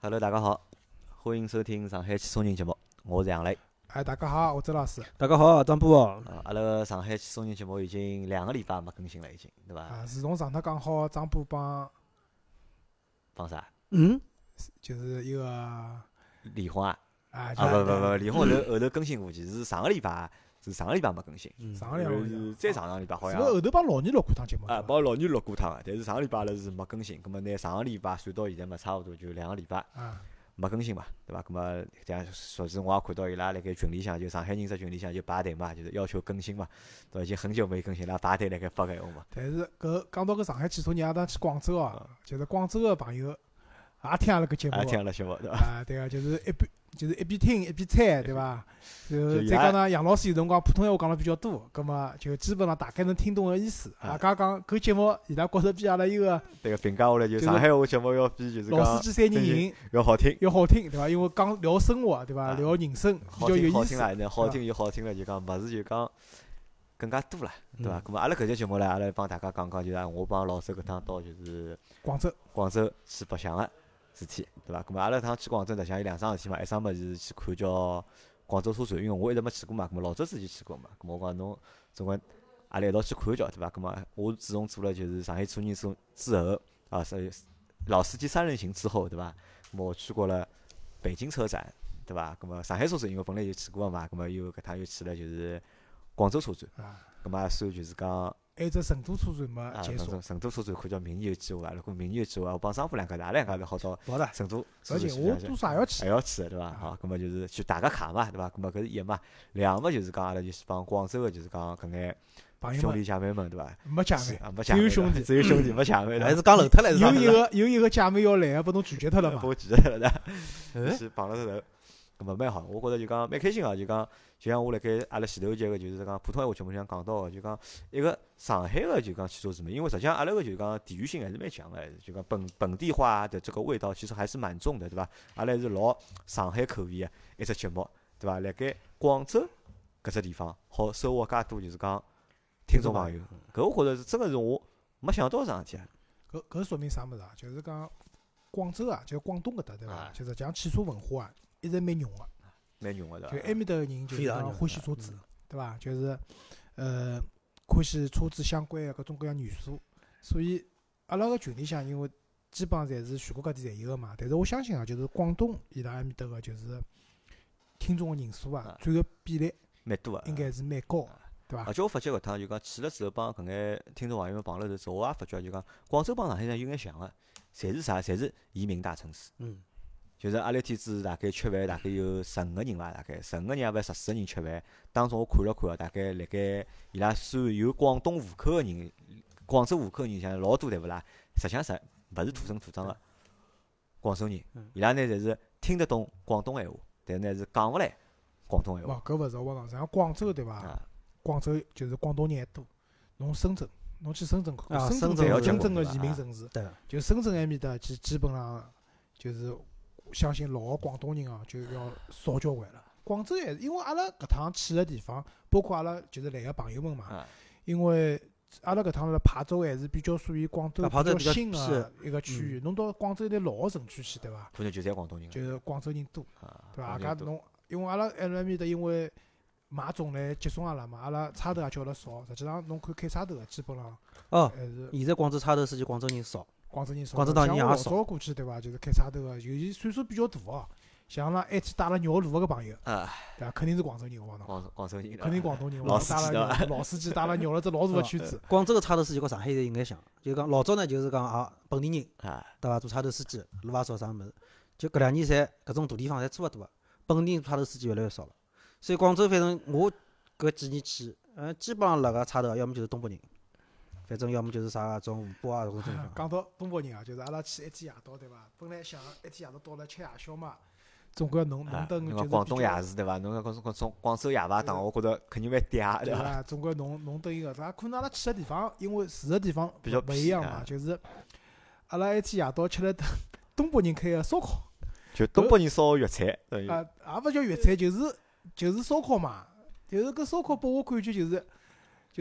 Hello，大家好，欢迎收听上海汽车人节目，我是杨磊。 大家好，我周老师。 大家好，张波。 阿拉上海汽车人节目已经2个礼拜没更新了，已经，对伐？ 自从上趟讲好张波帮啥？ 就是一个离婚啊？ 不， 离婚后头更新过去，是上个礼拜没更新。 上个礼拜是再上礼拜好像。 是不是后头帮老倪录过趟节目？ 帮老倪录过趟个，但是上个礼拜阿拉是没更新，葛末拿上个礼拜算到现在嘛，差勿多就2个礼拜。没更新嘛，对伐？咁么这样，昨天我也看到伊拉辣盖群里向，就上海人只群里向就排队嘛，就是要求更新嘛，对伐？已经很久没更新了，排队辣盖发个闲话嘛。 但是讲到上海汽车人，阿当去广州就是广州个朋友也听阿拉个节目， 听阿拉节目对伐？ 对个，就是一边听一边猜，对伐？就再加上杨老师有辰光普通闲话讲了比较多，葛么就基本上大概能听懂个意思。讲搿节目伊拉觉着比阿拉一个对个评价下来，就上海话节目要比就是老司机三人行要好听， 对伐？因为讲聊生活，对伐？聊人生比较有意思。 好听就好听了，就讲物事就讲更加多了，对伐？咁么阿拉搿节节目呢，阿拉帮大家讲讲，就是我帮老周搿趟到就是广州去白相个事体，对伐？咁么阿拉搿趟去广州，实际上有2桩事体嘛，一桩物事去看叫广州车展，因为我一直没去过嘛，咁么老周之前去过嘛，咁么我讲侬总归阿拉一道去看一叫，对伐？咁么我自从做了就是上海车人之后老司机3人行之后，对伐？咁么我去过了北京车展，对伐？咁么上海车展因为本来就去过嘛，咁么又搿趟又去了就是广州车展，咁么也算就是讲。 还有只成都车展没结束。 成都车展看叫明年有机会，如果明年有机会，我帮张波2家头，阿拉2家头好到成都车展去。 我多少要去。 还要去，对伐？好，咁么就是去打个卡嘛，对伐？咁么搿是一嘛，2嘛就是讲阿拉就是帮广州个就是讲搿眼兄弟姐妹们，对伐？ 没姐妹， 只有兄弟，没姐妹， 还是讲漏脱了。 有一个姐妹要来，拨侬拒绝脱了嘛？ 我拒绝脱了的，是碰了头。咁么蛮好，我觉着就讲蛮开心个，就像我辣盖阿拉前头节个就是讲普通闲话节目里向讲到个，就讲一个上海个就讲汽车之美，因为实际上阿拉个就讲地域性还是蛮强个，就讲本地化的这个味道其实还是蛮重的，对伐？阿拉是老上海口味个一只节目，对伐？辣盖广州搿只地方好收获介多就是讲听众朋友，搿我觉着是真个是我没想到桩事体。 搿说明啥物事啊？就是讲广州就是广东搿搭，对伐？就是讲汽车文化一直蛮浓个。 蛮浓个的， 就埃面搭个人就是讲欢喜车子，对伐？就是欢喜车子相关个各种各样元素，所以阿拉个群里向因为基本上侪是全国各地侪有个嘛。但是我相信就是广东伊拉埃面搭个就是听众个人数占个比例蛮多个， 应该是蛮高，对伐？ 而且我发觉搿趟就讲去了之后帮搿眼听众朋友们碰了头之后，我也发觉就讲广州帮上海有眼像个，侪是啥？侪是移民大城市。就是阿拉一天子大概吃饭，大概有15个人伐，大概15个人也勿14个人吃饭。当中我看了看大概辣盖伊拉算有广东户口个人，广州户口个人像老多对勿啦？实际上勿是土生土长个广州人，伊拉呢侪是听得懂广东闲话，但是呢是讲勿来广东闲话。 搿勿是我讲，像广州对伐？广州就是广东人还多。侬深圳，侬去深圳看，深圳是真正个移民城市，就深圳埃面搭基本上就是。相信老个广东人就要少交关了。广州还是因为阿拉搿趟去个地方，包括阿拉就是来个朋友们嘛，因为阿拉搿趟辣琶洲还是比较属于广州比较新个一个区域。侬到广州那老个城区去，对伐？ 可能就侪广东人， 就是广州人多，对伐？搿侬因为阿拉埃面搭因为买种来集中阿拉嘛，阿拉差头也叫了少。实际上侬看开差头个基本上还是现在广州差头司机广州人少。 广州人少， 广州当年也少。 老早过去对伐？就是开差头个，尤其岁数比较大个，像那一起带了绕路个朋友，对伐？肯定是广州人，我讲广州人， 肯定广东人。 老司机老司机带了绕了只老大个圈子。 广州个差头司机和上海有眼像，就讲老早呢就是讲本地人，对伐？做差头司机，路也少啥物事，就搿2年侪搿种大地方侪差勿多个，本地差头司机越来越少了。所以广州反正我搿几年去，基本上辣个差头要么就是东北人。反正要么就是啥种湖北搿种。 讲到东北人就是阿拉去一天夜到对伐？本来想一天夜到到了吃夜宵嘛，总归弄顿就是广东夜市对伐？侬讲广州夜排档，我觉着肯定蛮嗲对伐？ 总归弄顿一个，咱可能阿拉去个地方，因为住个地方比较勿一样嘛，就是阿拉一天夜到吃了顿东北人开个烧烤， 就东北人烧粤菜， 也勿叫粤菜，就是烧烤嘛，就是搿烧烤拨我感觉就是。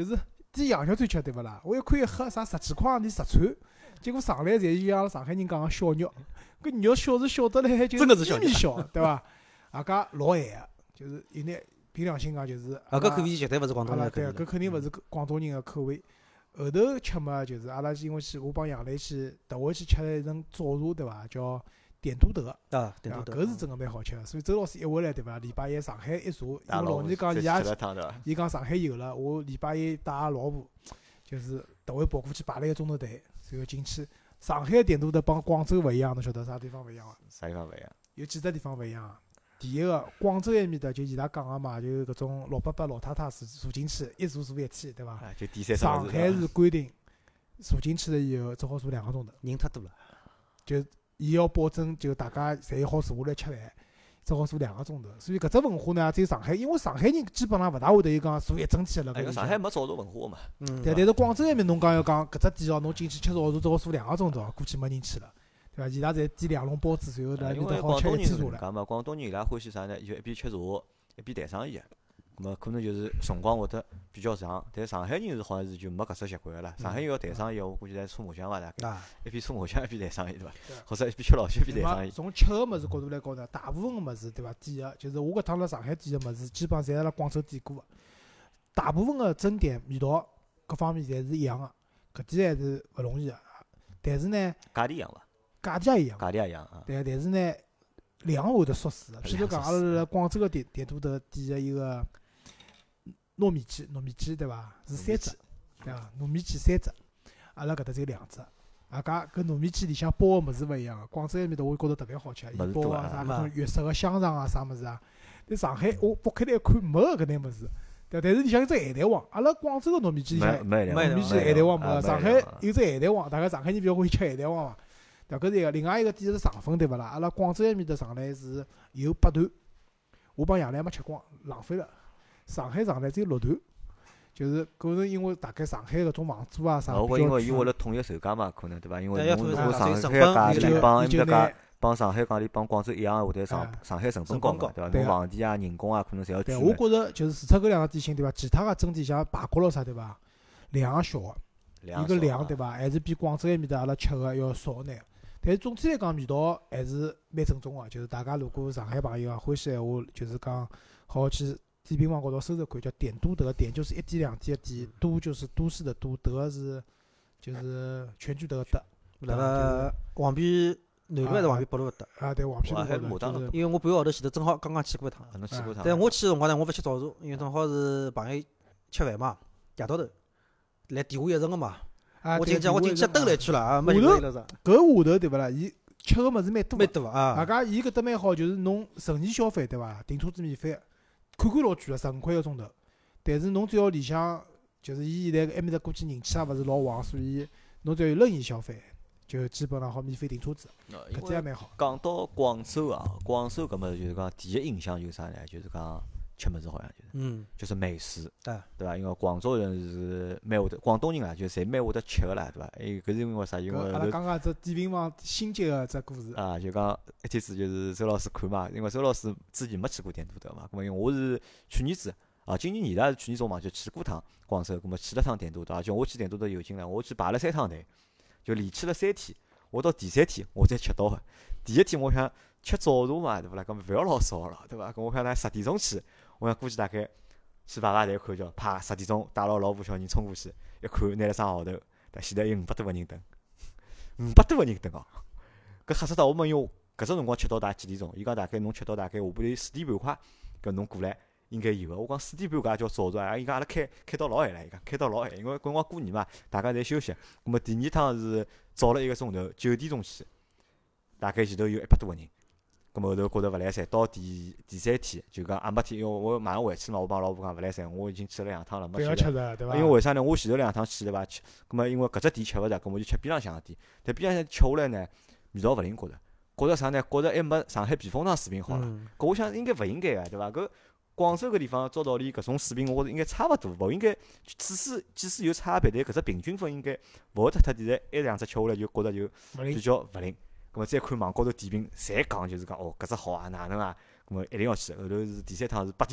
点羊肉串吃对勿啦？我一看一盒啥10几块钿10串，结果上来侪是像上海人讲个小肉，搿肉小是小得来就真的是小，对伐？阿家老咸个，就是有眼凭良心讲就是。 搿口味绝对勿是广东人的口味。 对，搿肯定勿是广东人个口味。后头吃嘛，就是阿拉因为去我帮杨澜去特会去吃了一顿早茶，对伐？叫点都德。 点都德。 搿是真个蛮好吃个。所以周老师一回来，对伐？礼拜一上海一查，因为老年讲伊讲上海有了，我礼拜一带老婆，就是特会跑过去排了1个钟头队，然后进去。上海点都德帮广州勿一样，侬晓得啥地方勿一样伐？ 啥地方勿一样？ 有几只地方勿一样。第一个，广州埃面搭就伊拉讲个嘛，就搿种老伯伯老太太坐进去，一坐一天，对伐？ 就第三上海是规定坐进去了以后，只好坐2个钟头。 人太多了， 就伊要保证就大家侪好坐下来吃饭，只好坐2个钟头。所以搿只文化呢，只有上海，因为上海人基本上勿大会得有讲坐一整天了。 上海没早茶文化嘛。 对，但是广州埃面侬讲要讲搿只店哦，侬进去吃早茶只好坐2个钟头，估计没人去了。对伐？伊拉侪点2笼包子，然后呢， 因为广东人是讲嘛，广东人伊拉欢喜啥呢？就一边吃茶，一边谈生意。咁么可能就是辰光会得比较长。但上海人是好像是就没搿只习惯个啦。上海人要谈生意，我估计在搓麻将伐，大概一边搓麻将一边谈生意，对伐？或者一边吃老酒一边谈生意。 从吃个物事角度来讲呢，大部分个物事对伐？点个就是我搿趟辣上海点个物事，基本上侪辣广州点过个。大部分个珍点味道各方面侪是一样个，搿点还是勿容易个。但是呢， 价钿一样伐？ 价钿也一样，对，但是呢，量会得缩水个。譬如讲，阿拉辣广州个点都头点个一个糯米鸡对伐？是3只，对伐？糯米鸡3只，阿拉搿搭只有2只。阿家搿糯米鸡里向包个物事勿一样个。广州埃面搭我觉着特别好吃，伊包个啥搿种粤式个香肠啊啥物事啊。但上海我剥开来一看没搿眼物事，对，但是里向有只海带王。阿拉广州个糯米鸡里向糯米鸡海带王没个，上海有只海带王，大概上海人比较欢喜吃海带王嘛。对，搿是一个，另外一个点是肠粉，对勿啦？阿拉广州埃面搭上来是有8段，我帮杨澜没吃光，浪费了。上海上来只有6段，就是可能因为大概上海搿种房租啊啥比较贵。 因为伊为了统一售价嘛，可能对伐？因为侬上海价钿帮埃面搭价帮上海价钿帮广州一样，会得上海成本高嘛，对伐？侬房钿啊、人工啊，可能侪要贵。 对，我觉着就是除脱搿2个点心，对伐？其他个真点像排骨咯啥，对伐？量小个，伊个量对伐？还是比广州埃面搭阿拉吃个要少眼。但是总体来讲，味道还是蛮正宗个。就是大家如果上海朋友啊欢喜闲话，就是讲好好去点评网高头搜搜看，叫点都德，点就是1点2点的点，都就是都市的都，德是就是全聚德的德。 辣辣黄陂南路还是黄陂北路的啊，对，黄陂路高头。 因为我半个号头前头正好刚刚去过一趟。 侬去过一趟？ 但我去个辰光呢，我勿吃早茶，因为正好是朋友吃饭嘛，夜到头来地下1层个嘛。我进去兜了一圈了啊，没人了啥。 搿下头对勿啦？伊吃个物事蛮多啊。 大家伊搿搭蛮好，就是侬成年消费对伐？停车子免费，看看老贵个15块1个钟头。但是侬只要里向就是伊现在埃面搭估计人气也勿是老旺，所以侬只要有任意消费，就基本上好免费停车子。搿点也蛮好。 讲到广州啊，广州搿物事就是讲第一印象就是啥呢？就是讲吃物事好像就是，就是美食，对伐？因为广州人是蛮会得，广东人啊，就侪蛮会得吃个啦，对伐？搿是因为啥？因为阿拉刚刚只点评网新接个只故事啊，就讲一天子就是周老师看嘛，因为周老师之前没去过点都德嘛，咾么因为我是去年子啊，今年年底是去年中嘛就去过趟广州，咾么去了趟点都德，而且我去点都德有劲了，我去排了3趟队，就连去了3天，我到第3天我才吃到个。第1天我想吃早茶嘛，对勿啦？搿么勿要老少了，对伐？搿我想呢10点钟去。我想估计大概去排队看叫，啪10点钟带牢老婆小人冲过去，一看拿了双号头，前头有500多个人等，500多个人等哦。搿吓死脱！我问伊搿只辰光吃到大几点钟？伊讲大概侬吃到大概下半日4点半快，搿侬过来应该有个。我讲4点半搿也叫早茶啊！伊讲阿拉开到老晚了，伊讲开到老晚，因为搿辰光过年嘛，大家侪休息。咾么第2趟是早了1个钟头，9点钟去，大概前头有100多个人。咁后头觉着勿来三，到第3天就讲也没天，因为我马上回去嘛，我帮老婆讲勿来三，我已经去了2趟了，没去了。 不要吃了，对伐？ 因为为啥呢？我前头2趟去对伐？去，咁么因为搿只店吃勿着，咁我就吃边浪向个店。但边浪向吃下来呢，味道勿灵，觉着啥呢？觉着还没上海避风塘水平好了。搿我想应该勿应该个，对伐？搿广州搿地方照道理搿种水平，我觉着应该差勿多，勿应该即使有差别，但搿只平均分应该勿会太低。现在1-2只吃下来就觉着就比较勿灵。咁么再看网高头点评，侪讲就是讲哦，搿只好啊，哪能啊？咁么一定要去。后头是第3趟是8点钟，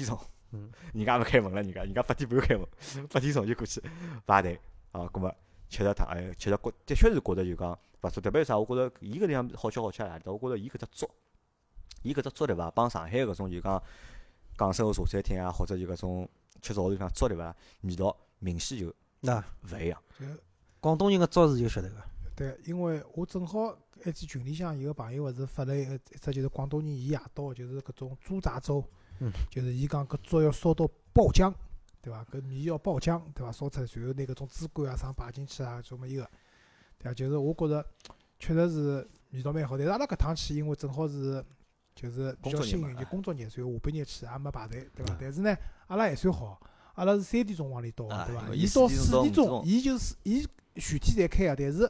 人家也勿开门了，人家8点半开门，8点钟就过去排队啊，搿么吃着汤，吃着的确是觉着就讲勿错。特别是啥？我觉着伊搿地方好吃好吃哪里搭？我觉着伊搿只粥对伐？帮上海搿种就讲港式个茶餐厅啊，或者就搿种吃早茶地方粥对伐？味道明显就勿一样。 广东人个粥是有噱头个。 对，因为我正好一天群里向有个朋友勿是发了一只就是广东人伊夜到就是搿种猪杂粥，就是伊讲搿粥要烧到爆浆，对伐？搿米要爆浆，对伐？烧出来，随后拿搿种猪肝啊啥摆进去啊，什么一个，对伐？就是我觉着确实是味道蛮好，但是阿拉搿趟去，因为正好是就是比较幸运，就工作日，所以下半日去也没排队，对伐？但是呢，阿拉还算好，阿拉是3点钟往里到个，对伐？伊到4点钟，伊全天侪开个，但是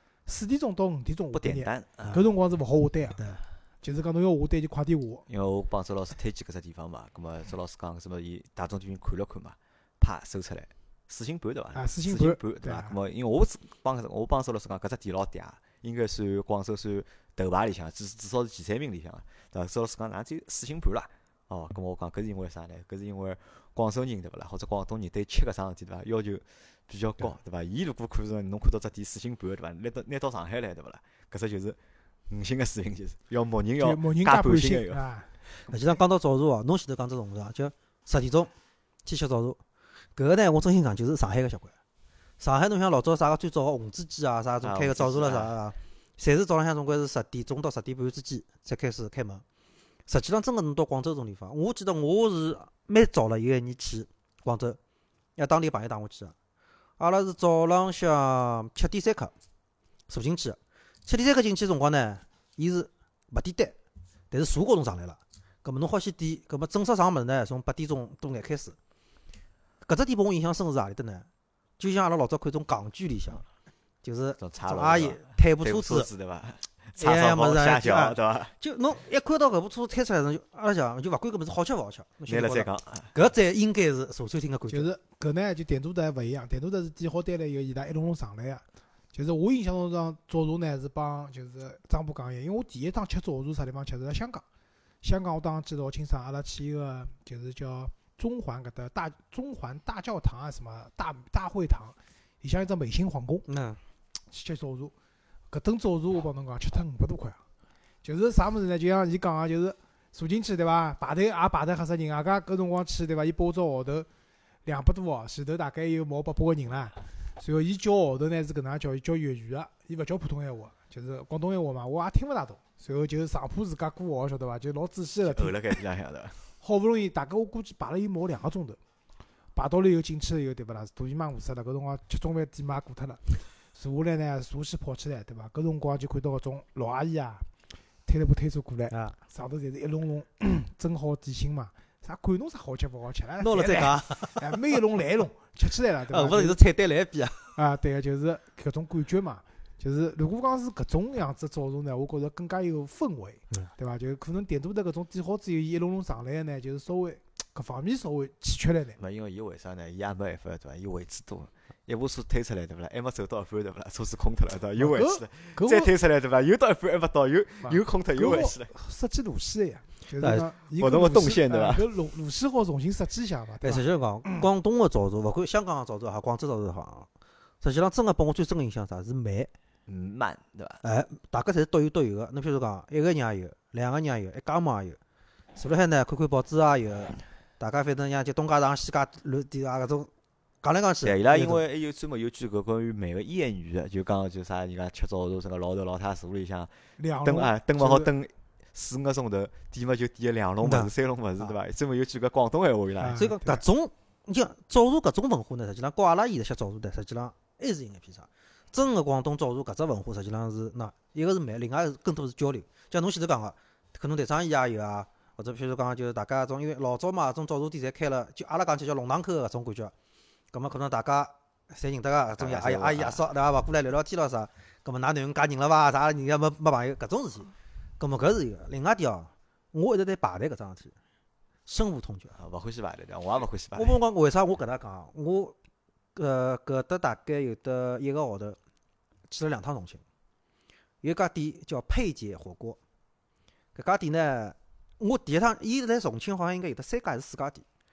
4点钟到5点钟不点单， 搿辰光是勿好下单个，就是讲侬要下单就快点下。 因为我帮周老师推荐搿只地方嘛，葛末周老师讲什么伊大众点评看了看嘛，啪搜出来4星半对伐 ？4星半对伐？葛末因为我帮周老师讲搿只店老嗲，应该算广州算头牌里向，至少是前3名里向，对伐？周老师讲哪只有4星半啦？哦，葛末我讲搿是因为啥呢？搿是因为广州人对勿啦？或者广东人对吃搿桩事体对伐要求比较高，对伐？伊如果看中侬看到只店4星半对伐？拿到上海来对勿啦？搿只就是5星个水平，就是要默认要加半星个啊。 实际上讲到早茶哦，侬前头讲只同事就10点钟去吃早茶，搿个呢我真心讲就是上海个习惯。上海侬像老早啥个最早个红纸鸡啊，啥种开个早茶了啥啊，侪是早浪向总归是10点钟到10点半之间才开始开门。实际上真个侬到广州这种地方，我记得我是蛮早了有一年去广州，要当地朋友带我去个。阿拉是早浪向7点3刻坐进去，7点3刻进去辰光呢，伊是勿点单，但是茶告侬上来了。葛末侬好先点，葛末正式上物事呢，从8点钟多眼开始。搿只店拨我印象深是何里搭呢？就像阿拉老早看种港剧里向，就是种阿姨推部车子， 对伐？ 叉烧包、 虾饺，对伐？ 就侬一看到搿部车子推出来，就阿拉讲就勿管搿物事好吃勿好吃， 拿了再讲， 搿才应该是茶餐厅个感觉。 就是搿呢，就点多的勿一样，点多的是点好单来以后，伊拉一笼笼上来个。就是我印象中早茶呢是帮就是张浦讲一，因为我第一趟吃早茶啥地方吃是在香港。香港我当时记得老清爽，阿拉去一个就是叫中环搿搭中环大教堂啊，什么大会堂，里向一只美心皇宫，去吃早茶。搿顿早茶我帮侬讲，吃脱500多块啊！就是啥物事呢？就像伊讲个，就是坐进去对伐？排队也排得吓死人，阿家搿辰光去对伐？伊报只号头200多哦，前头大概有毛800个人啦。随后伊叫号头呢是搿能叫，伊叫粤语个，伊勿叫普通闲话，就是广东闲话嘛，我也听勿大懂。随后就上铺自家过号，晓得伐？就老仔细个听。 后辣盖边浪向的。 好不容易，大概我估计排了有毛2个钟头，排到了以后进去了以后，对勿啦？大姨妈饿死了，搿辰光吃中饭点嘛过脱了。坐下来呢，茶先泡起来，对伐？搿辰光就看到搿种老阿姨啊，推了部推车过来，上头侪是一笼笼蒸好点心嘛。啥管侬啥好吃勿好吃， 拿了再讲， 每一笼来一笼，吃起来了，对伐？ 勿是菜单来一遍啊，对个，就是搿种感觉嘛。就是如果讲是搿种样子早茶呢，我觉着更加有氛围，对伐？就可能点多的搿种点好之后，伊一笼笼上来个呢，就是稍微各方面稍微欠缺了点。 因为伊为啥呢？伊也没办法，对伐？伊位置多，一部车推出来，对勿啦？还没走到一半，对勿啦？车子空脱了，对伐？又回去了，再推出来，对伐？又到一半还没到，又空脱，又回去了。 设计路线呀，就是讲勿同个动线，对伐？ 搿路线好重新设计一下嘛。 对，实际上讲，广东个早茶，勿管香港个早茶也好，广州早茶也好，实际上真个拨我最深个印象啥？是慢， 对伐？ 大家侪是独有个。侬譬如讲，一个人也有，2个人也有，一家门也有。坐辣海呢，看看报纸也有。大家反正像就东家长西家乱点啊，搿种讲来讲去。 对，伊拉因为还有专门有句搿关于美个谚语个，就讲就啥人家吃早茶，这个老头老太坐里向等勿好等4、5个钟头，点嘛就点2笼物事、3笼物事，对伐？专门有句搿广东闲话伊拉。 所以讲搿种，你像早茶搿种文化呢，实际上和阿拉现在吃早茶呢，实际上还是有眼偏差。真个广东早茶搿只文化，实际上是一个是慢，另外是更多是交流。像侬前头讲个，可能台生意也有啊。或者譬如讲，就是大家种，因为老早嘛，种早茶店侪开了，就阿拉讲叫龙塘口搿种感觉。葛末可能大家侪认得个，搿种阿姨阿叔对伐？勿过来聊聊天咯啥。葛末㑚囡恩嫁人了伐？啥人家没朋友搿种事体。葛末搿是一个。另外点哦，我一直对排队搿桩事体深恶痛绝。 勿欢喜排队的，我也勿欢喜排队。我讲为啥我搿能讲？我搿搭大概有得1个号头去了2趟重庆，有一家店叫佩姐火锅，搿家店呢。我第一趟，伊在重庆好像应该有得3家还是4家店。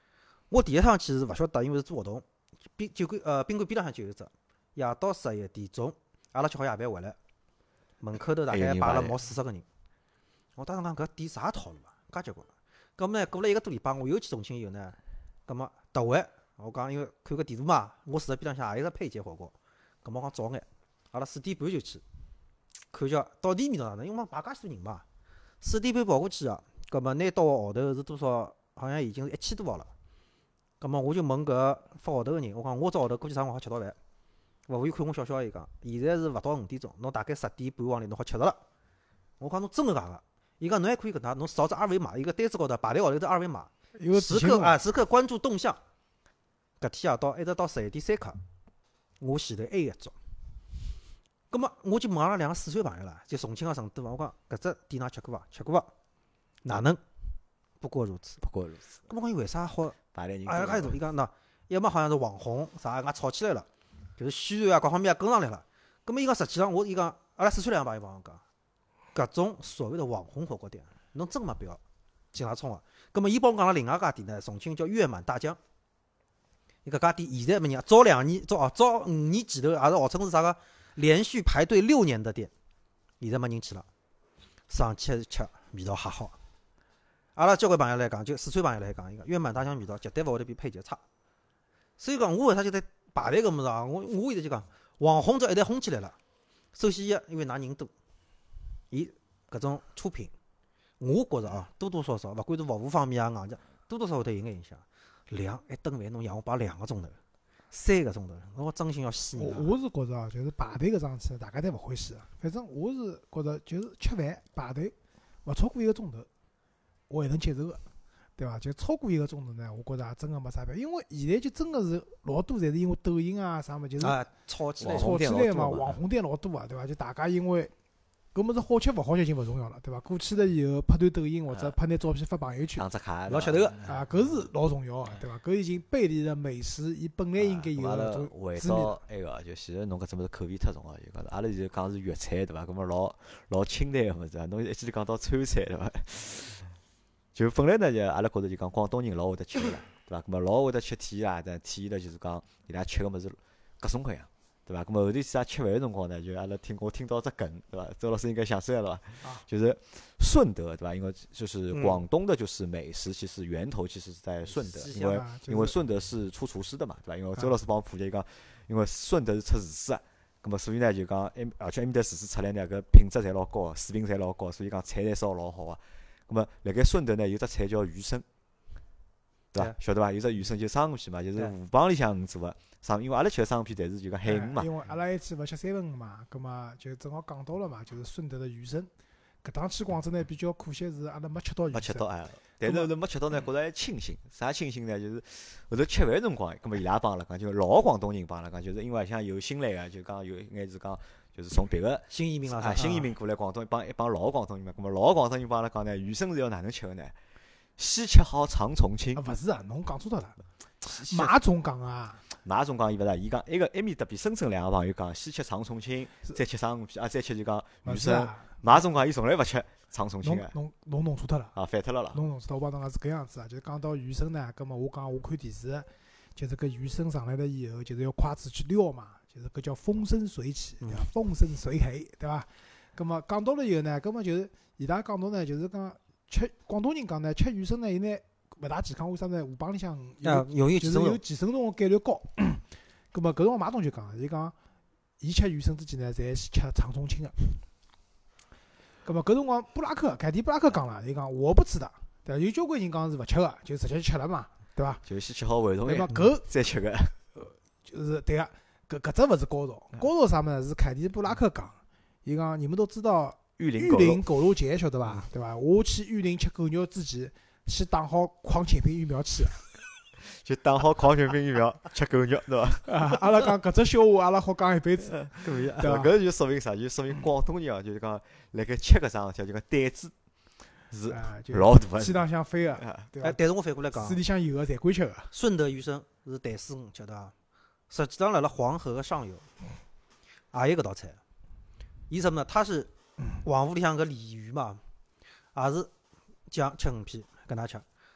我第一趟去是勿晓得，因为是做活动，宾馆边浪向就有只。夜到11点钟，阿拉吃好夜饭回来，门口头大概摆了毛40个人。我当时讲搿店啥套路啊？介结棍。咁么呢，过了1个多礼拜，我又去重庆以后呢，咁么突回，我讲因为看个地图嘛，我住在边浪向也有只佩姐火锅，咁么我讲早眼，阿拉4点半就去，看叫到底味道哪能？因为我排介许多人嘛，4点半跑过去啊，咁么拿到个号头是多少？好像已经是1000多号了。咁么我就问搿发号头个人，我讲我只号头估计啥辰光好吃到饭？服务员看我笑笑，伊讲现在是勿到5点钟，侬大概10点半往里侬好吃着了。我讲侬真个假个？伊讲侬还可以搿能，侬扫只二维码，一个单子高头排队高头只二维码，时刻关注动向。搿天夜到一直到11点3刻，我前头还有一桌。葛末我就问阿拉2个4川朋友啦，就重庆个成都嘛，我讲搿只店㑚吃过伐？吃过伐？哪能？不过如此。葛末讲伊为啥好？ 排队人哎，介多，伊讲喏，要么好像是网红啥，俺炒起来了。就是宣传啊，各方面也跟上来了。咁么伊讲实际上，伊讲阿拉4川2个朋友帮我讲，搿种所谓的网红火锅店，侬真没必要进来冲个。咁么伊帮我讲了另外一家店呢，重庆叫月满大江。伊搿家店现在没人，早5年前头也是号称是啥个连续排队6年的店，现在没人去了。上去吃味道还好。阿拉交关朋友来讲，就4川朋友来讲，伊讲月满大江味道绝对勿会得比佩姐差。所以讲，我为啥就在排队搿物事啊？我现在就讲，网红只一旦红起来了。首先因为㑚人多，伊搿种出品，我觉着啊，多多少少勿管是服务方面啊硬件，多多少少会得有眼影响。一顿饭侬让我摆2个钟头、3个钟头，我真心要死人。 我是觉着啊，就是排队搿桩事体，大家侪勿欢喜。反正我是觉着，就是吃饭排队勿超过1个钟头，我还能接受个。对伐？就超过1个钟头呢，我觉着也真个没啥必要，因为现在就真个是老多，侪是因为抖音啊啥么，就是炒起来嘛，网红店老多啊，对伐？就大家因为搿物事好吃勿好吃已经勿重要了，对伐？过去了以后拍段抖音或者拍眼照片发朋友圈， 打只卡， 老吃头个啊，搿是老重要个，对伐？搿已经背离了美食伊本来应该有个种回到埃个，就现在侬搿只物事口味太重个，就讲阿拉现在讲是粤菜，对伐？搿么老清淡个物事，侬一记头讲到川菜，对伐？就本来呢，就阿拉觉着就讲广东人老会得吃个啦，对伐？咁么老会得吃体验啦，但体验了就是讲伊拉吃个物事各种各样，对伐？咁么后头是吃饭个辰光呢，就阿拉我听到只梗，对伐？周老师应该想出来了吧？就是顺德，对伐？因为就是广东的，就是美食，其实源头其实是在顺德，因为顺德是出厨师的嘛，对伐？因为周老师帮我普及讲，因为顺德是出厨师个，咁么所以呢就讲，而且埃面搭厨师出来呢，搿品质侪老高，水平侪老高，所以讲菜侪烧老好个。咁么，辣盖顺德呢，有只菜叫鱼生，对伐？晓得伐？有只鱼生就生鱼片嘛，就是河浜里向做个生，因为阿拉吃个生鱼片侪是就讲海鱼嘛。 因为阿拉一期勿吃3文个嘛，咁么就正好讲到了嘛，就是顺德的鱼生。搿趟去广州呢，比较可惜是阿拉没吃到鱼生。 没吃到哎，但是没吃到呢，觉着还庆幸。啥庆幸呢？就是后头吃饭辰光，咁么伊拉帮阿拉讲，就老广东人帮阿拉讲，就是因为像有新来个，就讲有应该是讲。就是从别个新移民啦， 新移民过来广东一帮老广东人嘛，咁么老广东人帮阿拉讲呢，鱼生是要哪能吃个呢？先吃好尝重庆。 勿是啊，侬讲错脱了。马总讲啊， 马总讲伊勿是，伊讲埃面搭比深圳2个朋友讲，先吃尝重庆，再吃生鱼片，再吃就讲鱼生。马总讲伊从来勿吃尝重庆个。 侬弄错脱了。 反脱了啦。 侬弄错脱，我帮侬讲是搿样子啊，就是讲到鱼生呢，葛末我讲我看电视，就是搿鱼生上来了以后，就是要筷子去撩嘛。就是搿叫风生水起，对伐？风生水起，对伐？咁么讲到了以后呢，咁么就是伊拉讲到呢，就是讲吃广东人讲呢，吃鱼生呢，伊呢勿大健康，为啥呢？河浜里向有寄生虫个概率高。咁么搿辰光马总就讲，伊讲伊吃鱼生之前呢，侪是吃尝重庆个。咁么搿辰光凯迪布拉克讲了，伊讲我不吃的，对伐？有交关人讲是勿吃个，就直接吃了嘛，对伐？ 就先吃好胃痛对伐？搿再吃个， 就是对个。搿只勿是高潮，高潮啥么是凯迪布拉克讲，伊讲你们都知道玉林狗肉节晓得伐？对伐？我去玉林吃狗肉之前，先打好狂犬病疫苗去， 就打好狂犬病疫苗吃狗肉，对伐？ 阿拉讲搿只笑话，阿拉好讲一辈子， 对伐？搿就说明啥？就说明广东人啊，就是讲辣盖吃搿桩事体，就讲胆子是老大个， 天上向飞个，对伐？ 但是我反过来讲， 水里向有个侪敢吃个。 顺德鱼生是淡水鱼，晓得伐？实际上，辣辣黄河上游也有搿道菜。伊什么呢？它是黄河里向个鲤鱼嘛，也是酱吃鱼片跟他吃。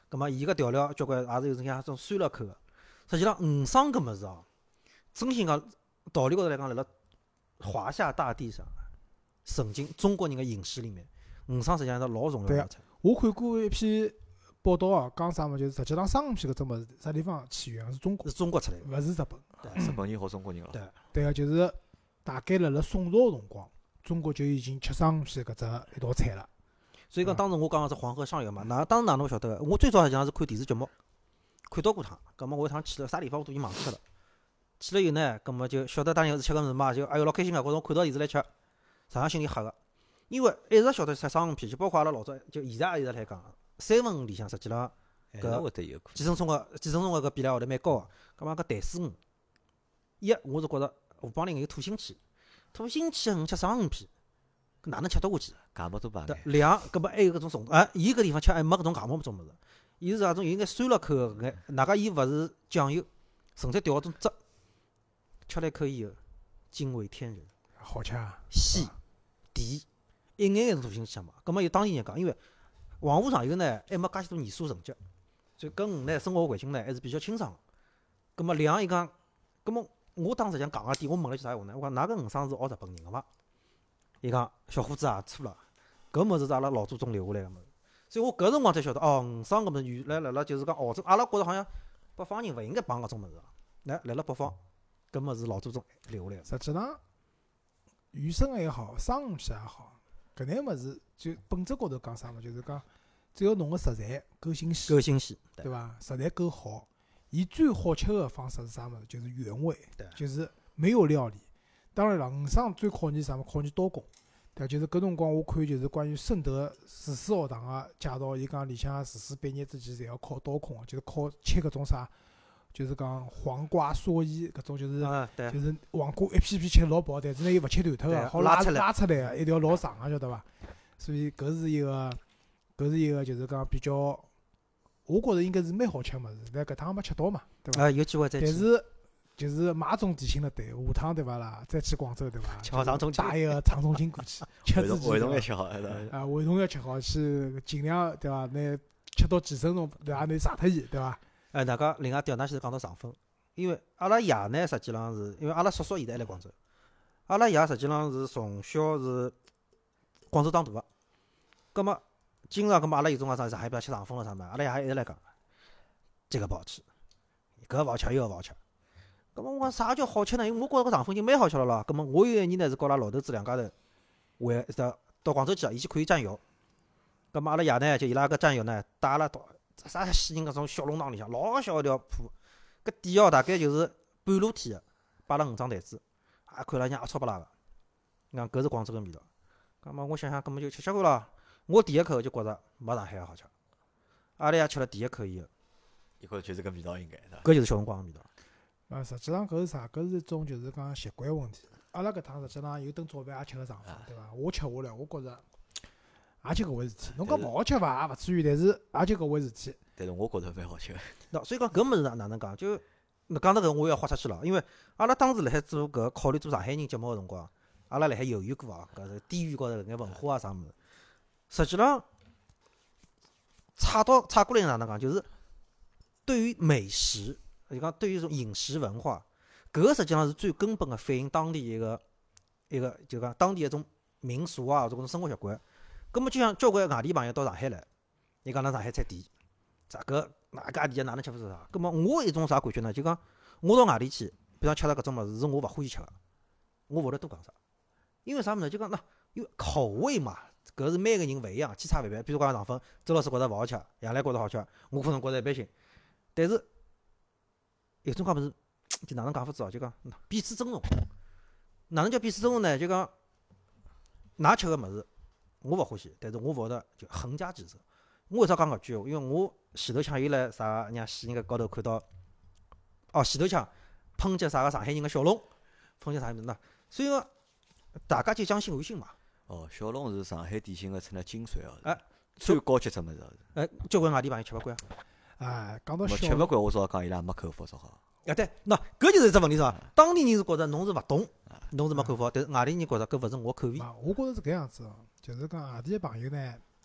葛末伊个调料交关也是有种像种酸辣口个。实际上鱼生搿物事哦，真心讲道理高头来讲，辣辣华夏大地上，曾经中国人个饮食里面，鱼生实际上是老重要个菜。 我看过一篇报道哦，讲啥么？就是实际上生鱼片搿只物事，啥地方起源是中国？ 是中国出来个，勿是日本。 日本人和中国人了。 对个，就是大概辣辣宋朝辰光，中国就已经吃生鱼片搿只一道菜了。 所以讲，当时我讲个是黄河上游嘛，当时哪能勿晓得个？我最早实际上是看电视节目，看到过趟。葛末我一趟去了啥地方我都已经忘记了。去了以后呢，葛末就晓得当年是吃个物事嘛，就哎哟老开心个，觉着看到电视来吃，实际上心里吓个。因为一直晓得吃生鱼片，就包括阿拉老早就现在也一直来讲，三文鱼里向实际上搿寄生虫个搿比例会得蛮高个。葛末搿淡水鱼，我是觉着河浜里有土腥气，土腥气鱼吃生鱼片，搿哪能吃得下去？ 芥末多吧？ 两，搿么还有搿种虫，伊搿地方吃还没搿种芥末搿种物事，伊是啥种有眼酸辣口个眼，哪家伊勿是酱油，纯粹调搿种汁，吃了一口以后，惊为天人， 好吃啊， 鲜甜，一眼是土腥气嘛。搿么有当地人讲，因为黄河上游呢还没介许多盐水沉积，所以搿鱼呢生活环境呢还是比较清爽。搿么伊讲，搿么我当时讲讲个点，我问了句啥话呢？我讲㑚搿鱼生是学日本人个伐？伊讲小伙子啊，错了，搿物事是阿拉老祖宗留下来个物事。所以我搿辰光才晓得，哦，鱼生搿物事原来辣辣就是讲澳洲，阿拉觉着好像北方人勿应该碰搿种物事，辣辣北方搿物事老祖宗留下来个。 实际上，鱼生也好，生鱼片也好，搿眼物事就本质高头讲啥物，就是讲只要侬个食材够新鲜，对伐？食材够好，伊最好吃个方式是啥物事？就是原味，就是没有料理。当然了，鱼生最考验啥物？考验刀工，对伐？就是搿辰光我看就是关于圣德厨师学堂个介绍，伊讲里向厨师毕业之前侪要考刀工，就是考切搿种啥，就是讲黄瓜、蓑衣搿种，就是黄瓜一片片切老薄，但是呢又勿切断脱个，好拉出来个，一条老长个，晓得伐？所以搿是一个就是讲比较，我觉着应该是蛮好吃物事，但搿趟没吃到嘛，对伐？ 有机会再去。 但是就是马总提醒了对，下趟对伐啦？再去广州对伐？ 吃长葱带一个长葱筋过去，吃自己。 胃痛要吃好， 胃痛要吃好，去尽量对伐？拿吃到几分钟对伐？拿杀脱伊对伐？ 大家另外调，㑚先讲到上分，因为阿拉爷呢，实际上是因为阿拉叔叔现在还辣广州，阿拉爷实际上是从小是广州长大个，葛末经常阿拉有种讲上海不要吃上分了啥么，阿拉爷一直来讲，这个不好吃，搿勿好吃，又勿好吃。葛末我讲啥叫好吃呢？因为我觉着搿上分已经蛮好吃了咯。葛末我有一年呢是跟阿拉老头子两家头到广州去，伊去看伊战友。葛末阿拉爷呢就伊拉搿战友呢带阿拉到啥西人搿种小弄堂里向，老小一条铺，搿底哦大概就是半露天个，摆了5张台子，看了像阿超巴拉个。讲搿是广州个味道。葛末我想想，葛末就吃看咯。我第一口就觉着没上海个好吃。阿拉爷吃了第一口以后， 伊觉着就是搿味道应该， 搿就是小辰光个味道。 实际上搿是啥？搿是一种就是讲习惯问题。阿拉搿趟实际上有顿早饭也吃个上分，对伐？我吃下来，我觉着也就搿回事体。侬讲勿好吃伐？也勿至于，但是也就搿回事体。 但是我觉着蛮好吃。 所以讲搿物事哪能讲？就讲到搿我要豁出去了，因为阿拉当时辣海做搿考虑做上海人节目个辰光，阿拉辣海犹豫过啊，搿地域高头搿眼文化啊啥物事。实际上差过来哪能讲？就是对于美食。就讲对于一种饮食文化，搿实际上是最根本的反映当地一个就讲当地一种民俗啊，或者种生活习惯。葛末就像交关外地朋友到上海来，伊讲㑚上海菜甜，咋搿哪家甜哪能吃法子啥？葛末我一种啥感觉呢？就讲我到外地去，比方吃了搿种物事是我勿欢喜吃个，我勿会多讲啥。因为啥物事？就讲因为口味嘛，搿是每个人勿一样，千差万别。比如讲上分，周老师觉着勿好吃，杨澜觉着好吃，我可能觉着一般性，但是。有种讲物事，就哪能讲法子哦？就讲彼此尊重。哪能叫彼此尊重呢？就讲，㑚吃个物事，我勿欢喜，但是我勿会得就横加指责。我为啥讲搿句？因为我前头腔有来啥让西人个高头看到，前头腔抨击啥个上海人个小笼，抨击啥物事呢？所以讲，大家就将心比心嘛。 小笼是上海典型个称了精髓哦。最高级只物事。 交关外地朋友吃勿惯。 讲到吃勿惯，我只好讲伊拉没口福说好。 对，搿就是一只问题是伐？当地人是觉着侬是勿懂，侬是没口福，但是外地人觉着搿勿是我口味。 我觉着是搿样子哦，就是讲外地个朋友呢，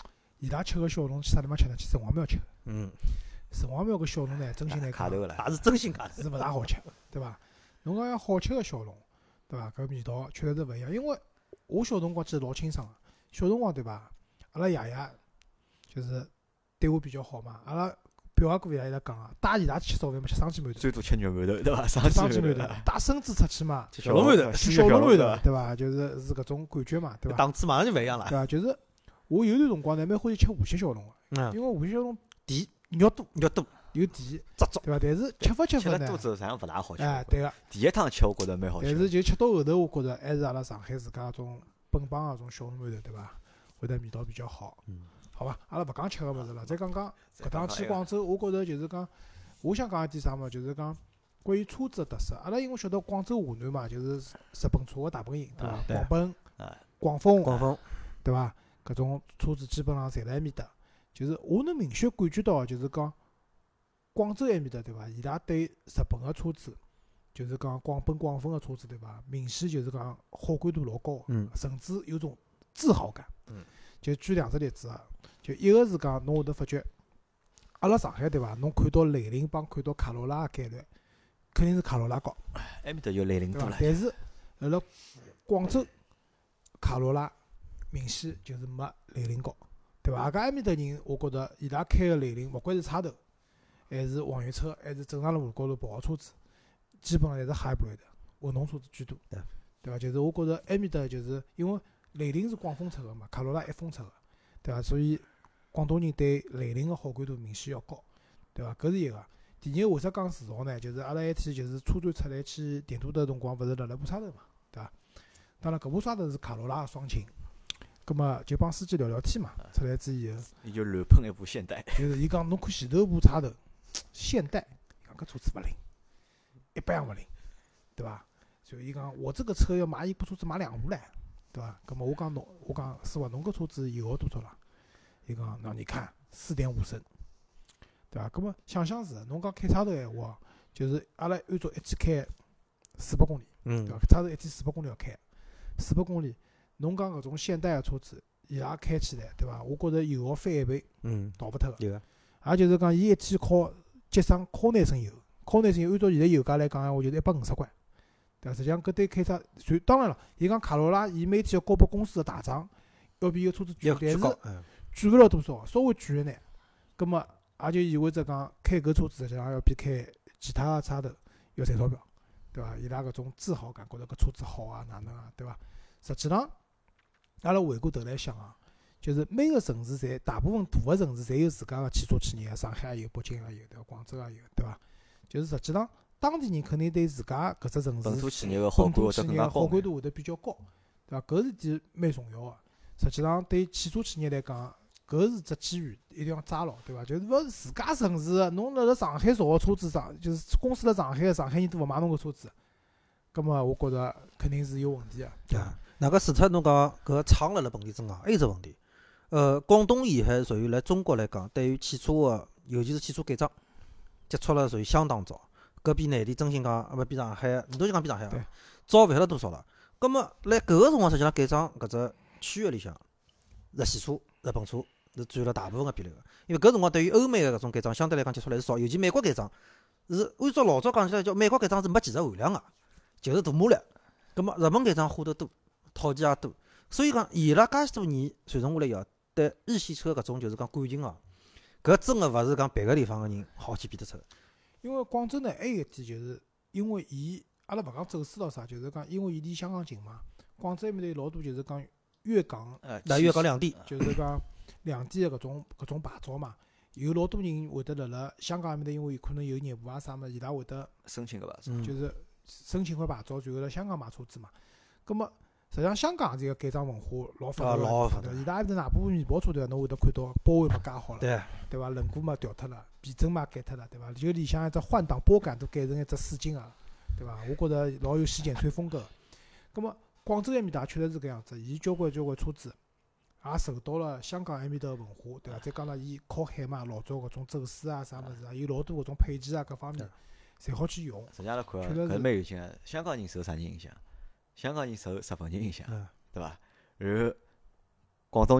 伊拉吃个小笼去啥地方吃呢？去城隍庙吃。 嗯。 城隍庙个小笼呢，真心来讲， 也是真心卡头， 是勿大好吃，对伐？侬讲要好吃个小笼，对伐？搿味道确实是勿一样。因为我小辰光记得老清爽个，小辰光对伐？阿拉爷爷就是对我比较好嘛。阿拉表阿哥爷伊拉讲啊，带伊拉去吃早饭嘛，吃生煎馒头， 最多吃肉馒头，对伐？ 生煎馒头，带孙子出去嘛， 吃小笼馒头， 吃小笼馒头，对伐？就是搿种感觉嘛，对伐？ 档次马上就勿一样了， 对伐？就是我有段辰光呢，蛮欢喜吃无锡小笼个，因为无锡小笼甜， 肉多，有甜， 汁对伐？但是吃法呢， 吃了多之后实际上勿大好吃。 对个。 第一趟吃我觉着蛮好吃。 但是就吃到后头，我觉着还是阿拉上海自家种本帮个种小笼馒头，对伐？会得味道比较好。好伐？阿拉勿讲吃个物事了，再讲讲搿趟去广州，我觉着就是讲，我想讲一点啥物，就是讲关于车子个特色。阿拉因为晓得广州华南嘛，就是日本车个大本营，对伐？广本、广丰，对伐？搿种车子基本上侪辣埃面搭。就是我能明显感觉到，就是讲广州埃面搭，对伐？伊拉对日本个车子，就是讲广本、广丰个车子，对伐？明显就是讲好感度老高，甚至有种自豪感。就举2只例子啊，就一个是讲侬会得发觉，阿拉上海对伐？侬看到雷凌帮看到卡罗拉个概率，肯定是卡罗拉高。 埃面搭就雷凌多了。 但是辣辣广州，卡罗拉明显就是没雷凌高。对伐？搿埃面搭人，我觉着伊拉开个雷凌，勿管是叉头，还是网约车，还是正常辣路高头跑个车子，基本上侪是 hybrid 混动车子居多，对伐？就是我觉着埃面搭就是因为雷凌是广丰出个嘛，卡罗拉一丰出个，对伐？所以广东人对雷凌个好感度明显要高，对伐？搿是一个。第二个为啥讲自豪呢？就是阿拉一天就是车展出来去电镀的辰光，勿是辣辣部车头嘛，对伐？当然搿部车头是卡罗拉个双擎。葛末就帮司机聊聊天嘛，出来之以后， 伊就乱喷一部现代， 就是伊讲侬看前头部车头，现代，伊讲搿车子勿灵，一般样勿灵，对伐？所以伊讲我这个车要买一部车子买2部唻，对伐？葛末我讲师傅侬搿车子油耗多少啦？伊讲那你看4.5升，对伐？葛末想想是，侬讲开车头闲话，就是阿拉按照一天开400公里，对伐？车头一天400公里要开，400公里。侬讲搿种现代个车子，伊拉开起来，对伐？我觉着油耗翻1倍，逃勿脱个。 有个。 也就是讲，伊一天节省靠9升油，靠9升油，按照现在油价来讲闲话，就是150块，对伐？实际上搿对开车，当然了，伊讲卡罗拉，伊每天要交拨公司个大账，要比伊个车子贵，但是贵勿了多少，稍微贵一眼。葛末也就意味着讲，开搿车子实际上要比开其他个车头要赚钞票，对伐？伊拉搿种自豪感，觉着搿车子好啊，哪能啊，对伐？实际上。阿拉回过头来想啊，就是每个城市侪大部分大个城市侪有自家个汽车企业，上海也有，北京也有，对伐？广州也有，对伐？就是实际上当地人肯定对自家搿只城市本土企业个好感度会得比较高，对伐？搿是点蛮重要个。实际上对汽车企业来讲，搿是只机遇，一定要抓牢，对伐？就是勿是自家城市个，侬辣辣上海造个车子上，就是公司辣上海，上海人都勿买侬个车子，葛末我觉着肯定是有问题个，对伐？ 那个除脱侬讲搿厂辣辣本地之外，还有只问题。广东沿海属于来中国来讲，对于汽车个，尤其是汽车改装，接触了属于相当早。搿比内地真心讲，勿比上海，你都就讲比上海早勿晓得多少了。葛末辣搿个辰光，实际上改装搿只区域里向，日系车、日本车是占了大部分个比例个。因为搿辰光对于欧美个搿种改装，相对来讲接触来是少，尤其美国改装是按照老早讲起来叫美国改装是没技术含量个，就是大马力。葛末日本改装花头多。套件也多，所以讲伊拉介许多年传承下来以后，对日系车搿种就是讲感情哦，搿真个勿是讲别个地方个人好去比得出。 因为广州呢，还有一点就是因为伊阿拉勿讲走私到啥，就是讲因为伊离香港近嘛，广州埃面头有老多就是讲粤港， 粤港两地， 就是讲两地个搿种牌照嘛，有老多人会得辣辣香港埃面头，因为可能有业务啊啥物事，伊拉会得申请个牌照， 就是申请块牌照，然后辣香港买车子嘛，葛末。实际上，香港这个改装文化老发达，伊拉埃面头大部分面包车对伐？侬会得看到包围嘛加好了，对伐？轮毂嘛调脱了，避震嘛改脱了，对伐？就里向一只换挡拨杆都改成一只四金啊，对伐？我觉着老有洗剪吹风格。葛末广州埃面搭确实是搿样子，伊交关车子也受到了香港埃面搭文化，对伐？再加上伊靠海嘛，老早搿种走私啊啥物事啊，有老多搿种配件啊各方面，侪好去用。 实际上来看，搿蛮有劲个。香港人受啥人影响？香港人受日本人影响，对伐？然后广东人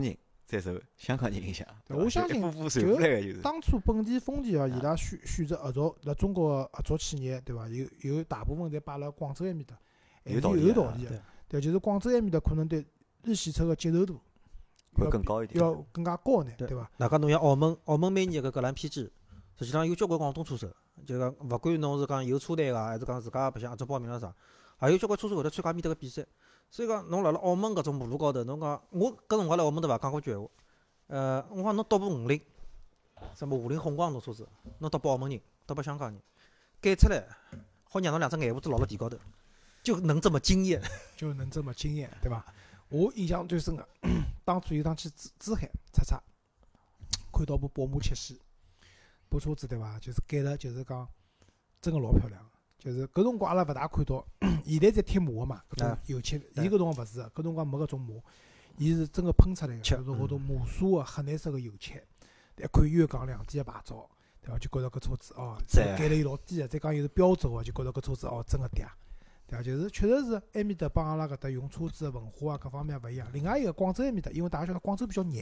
再受香港人影响。 我相信就当初本田、丰田伊拉选择合作，辣中国合作企业，对伐？有大部分侪摆辣广州埃面搭，还是有道理个。对，就是广州埃面搭可能对日系车个接受度会更高一点， 要更加高呢，对伐？ 哪讲侬像澳门每年个格兰披治，实际上有交关广东车手，就讲勿管侬是讲有车队个，还是讲自家白相做报名了啥，还有交关车手会得参加面搭个比赛。所以讲，侬辣辣澳门搿种马路高头，侬讲我搿辰光来澳门对伐？讲过句闲话，我讲侬倒部50，什么50宏光侬车子，侬倒拨澳门人，倒拨香港人，改出来，好让侬两只眼珠子落辣地高头，就能这么惊艳， 对伐？我印象最深个，当初有趟去珠海出差，看到部宝马7系，部车子对伐？就是改了，就是讲真个老漂亮。就是搿辰光阿拉勿大看到，现在在贴膜个嘛，搿种油漆，伊搿辰光勿是个，搿辰光没搿种膜，伊是真个喷出来个，就是搿种磨砂个黑颜色个油漆，一看粤港两地个牌照，对伐？就觉着搿车子哦，概率老低个，再讲又是标轴个，就觉着搿车子哦真个嗲，对伐？就是确实是埃面搭帮阿拉搿搭用车子个文化啊各方面勿一样。另外一个广州埃面搭，因为大家晓得广州比较热，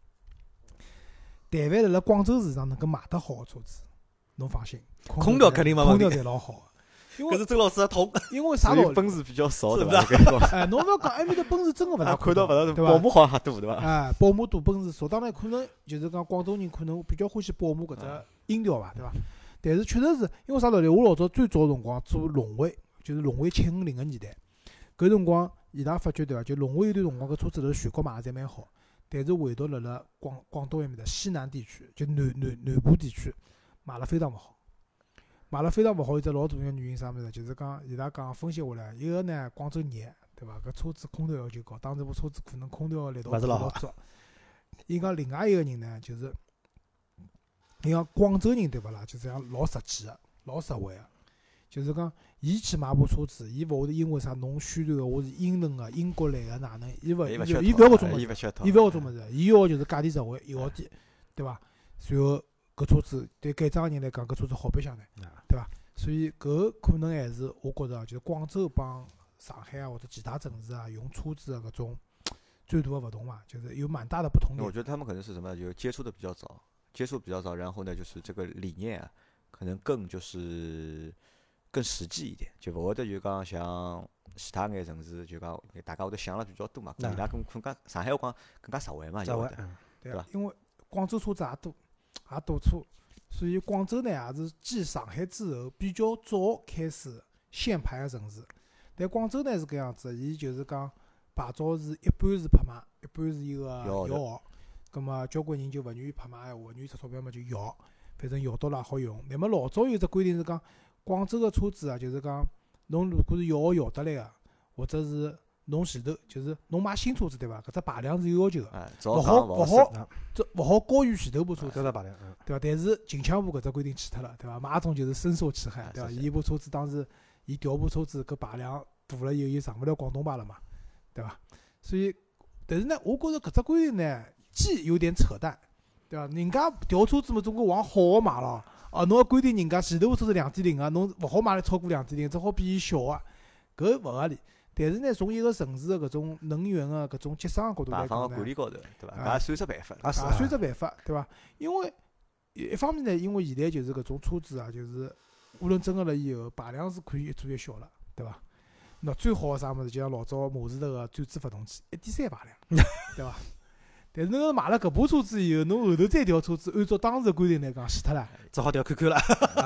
但凡辣辣广州市场能够卖得好个车子，侬放心， 空调肯定没问题， 空调侪老好个。 搿是周老师个痛， 因为啥道理？ 奔驰比较少，对伐？ 侬勿要讲埃面搭奔驰真个勿大看到， 对伐？ 宝马好像多，对伐？ 宝马多，奔驰少。当然可能就是讲广东人可能比较欢喜宝马搿只音调伐，对伐？但是确实是因为啥道理？我老早最早辰光做荣威，就是荣威750个年代，搿辰光伊拉发觉对伐？就荣威有段辰光搿车子辣全国卖侪蛮好，但是唯独辣辣广东埃面搭西南地区，就南部地区卖了非常勿好。卖了非常勿好，一只老大个原因啥物事？就是讲伊拉讲分析下来，一个呢广州热，对伐？搿车子空调要求高，当然部车子可能空调个力道勿是老足。伊讲另外一个人呢，就是伊讲广州人对勿啦？就是讲老实际个，老实惠个，就是讲伊去买部车子，伊勿会得因为啥侬宣传个我是英伦个、英国来个哪能？伊勿要搿种物事，伊勿要搿种物事，伊要就是价钿实惠，油耗低，对伐？然后搿车子对改装个人来讲，搿车子好白相呢，对伐？所以搿可能还是我觉着，就是广州帮上海啊或者其他城市啊，用车子个搿种最大的勿同嘛，就是有蛮大的不同点。 我觉得他们可能是什么？就接触的比较早，然后呢，就是这个理念啊，可能更实际一点，就勿会得就讲像其他眼城市就讲大家会得想了比较多嘛，伊拉更加上海话讲更加实惠嘛，就会得，对伐？ 因为广州车子也多车，所以广州呢也是继上海之后比较早开始限牌个城市。但广州呢是搿样子，伊就是讲牌照是一半是拍卖，一半是一个摇号。葛末交关人就勿愿意拍卖闲话，勿愿意出钞票嘛就摇，反正摇到了也好用。那么老早有只规定是讲，广州个车子啊，就是讲侬如果是摇号摇得来个，或者是侬前头就是侬买新车子对伐？搿只排量是有要求个，勿好高于前头部车子， 排量， 对伐？但是近腔部搿只规定去脱了，对伐？马总就是深受其害，对伐？伊部车子当时伊调部车子搿排量大了以后，伊上勿了广东牌了嘛，对伐？所以，但是呢，我觉着搿只规定呢，既有点扯淡，对伐？人家调车子嘛，总归往好个买咯。哦，侬要规定人家前头部车子2.0个，侬勿好买了超过2.0，只好比伊小个，搿勿合理。但是呢，从一个城市的搿种能源的搿种节省的角度来讲呢， 管理高头，对伐？搿也算只办法， 算只办法，对伐？因为一方面呢，因为现在就是搿种车子啊，就是无论整合了以后，排量是可以越做越小了，对伐？那最好个啥物事，就像老早马自达个转子发动机1.3排量，对伐？但是侬要买了搿部车子以后，侬后头再调车子，按照当时的规定来讲，死脱了， 只好调 QQ 了。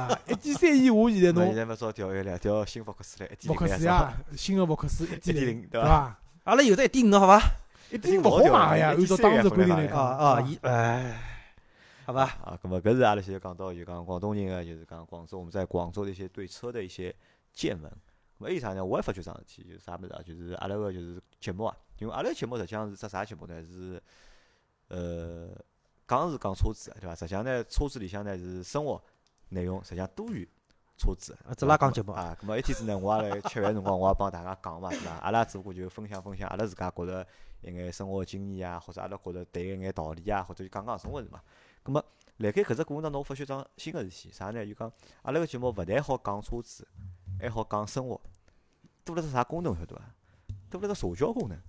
1.3以下现在侬现在勿少调一了，调新福克斯来1.0。 福克斯呀，新个福克斯1.0，对伐？ 阿拉有的1.5个好伐 ？1.5勿好买个呀，按照当时规定来讲好吧。 啊，咁么搿是阿拉现在讲到就讲广东人个，就是讲广州，我们在广州的一些对车的一些见闻。咁么还有啥呢？我还发觉桩事体，就是啥物事啊？就是阿拉个就是节目啊，因为阿拉个节目实际上是只啥节目呢？是讲是讲车子，对伐？实际上呢，车子里向呢是生活内容，实际上多于车子。 只拉讲节目啊。咁么一天子呢，我也来吃饭辰光，我也帮大家讲嘛，对伐？阿拉只不过就分享阿拉自家觉着一眼生活经验啊，或者阿拉觉着对一眼道理啊，或者就讲生活事嘛。咁么辣盖搿只过程当中，我发觉桩新个事体，啥呢？就讲阿拉个节目勿但好讲车子，还好讲生活，多了只啥功能晓得伐？多了个社交功能。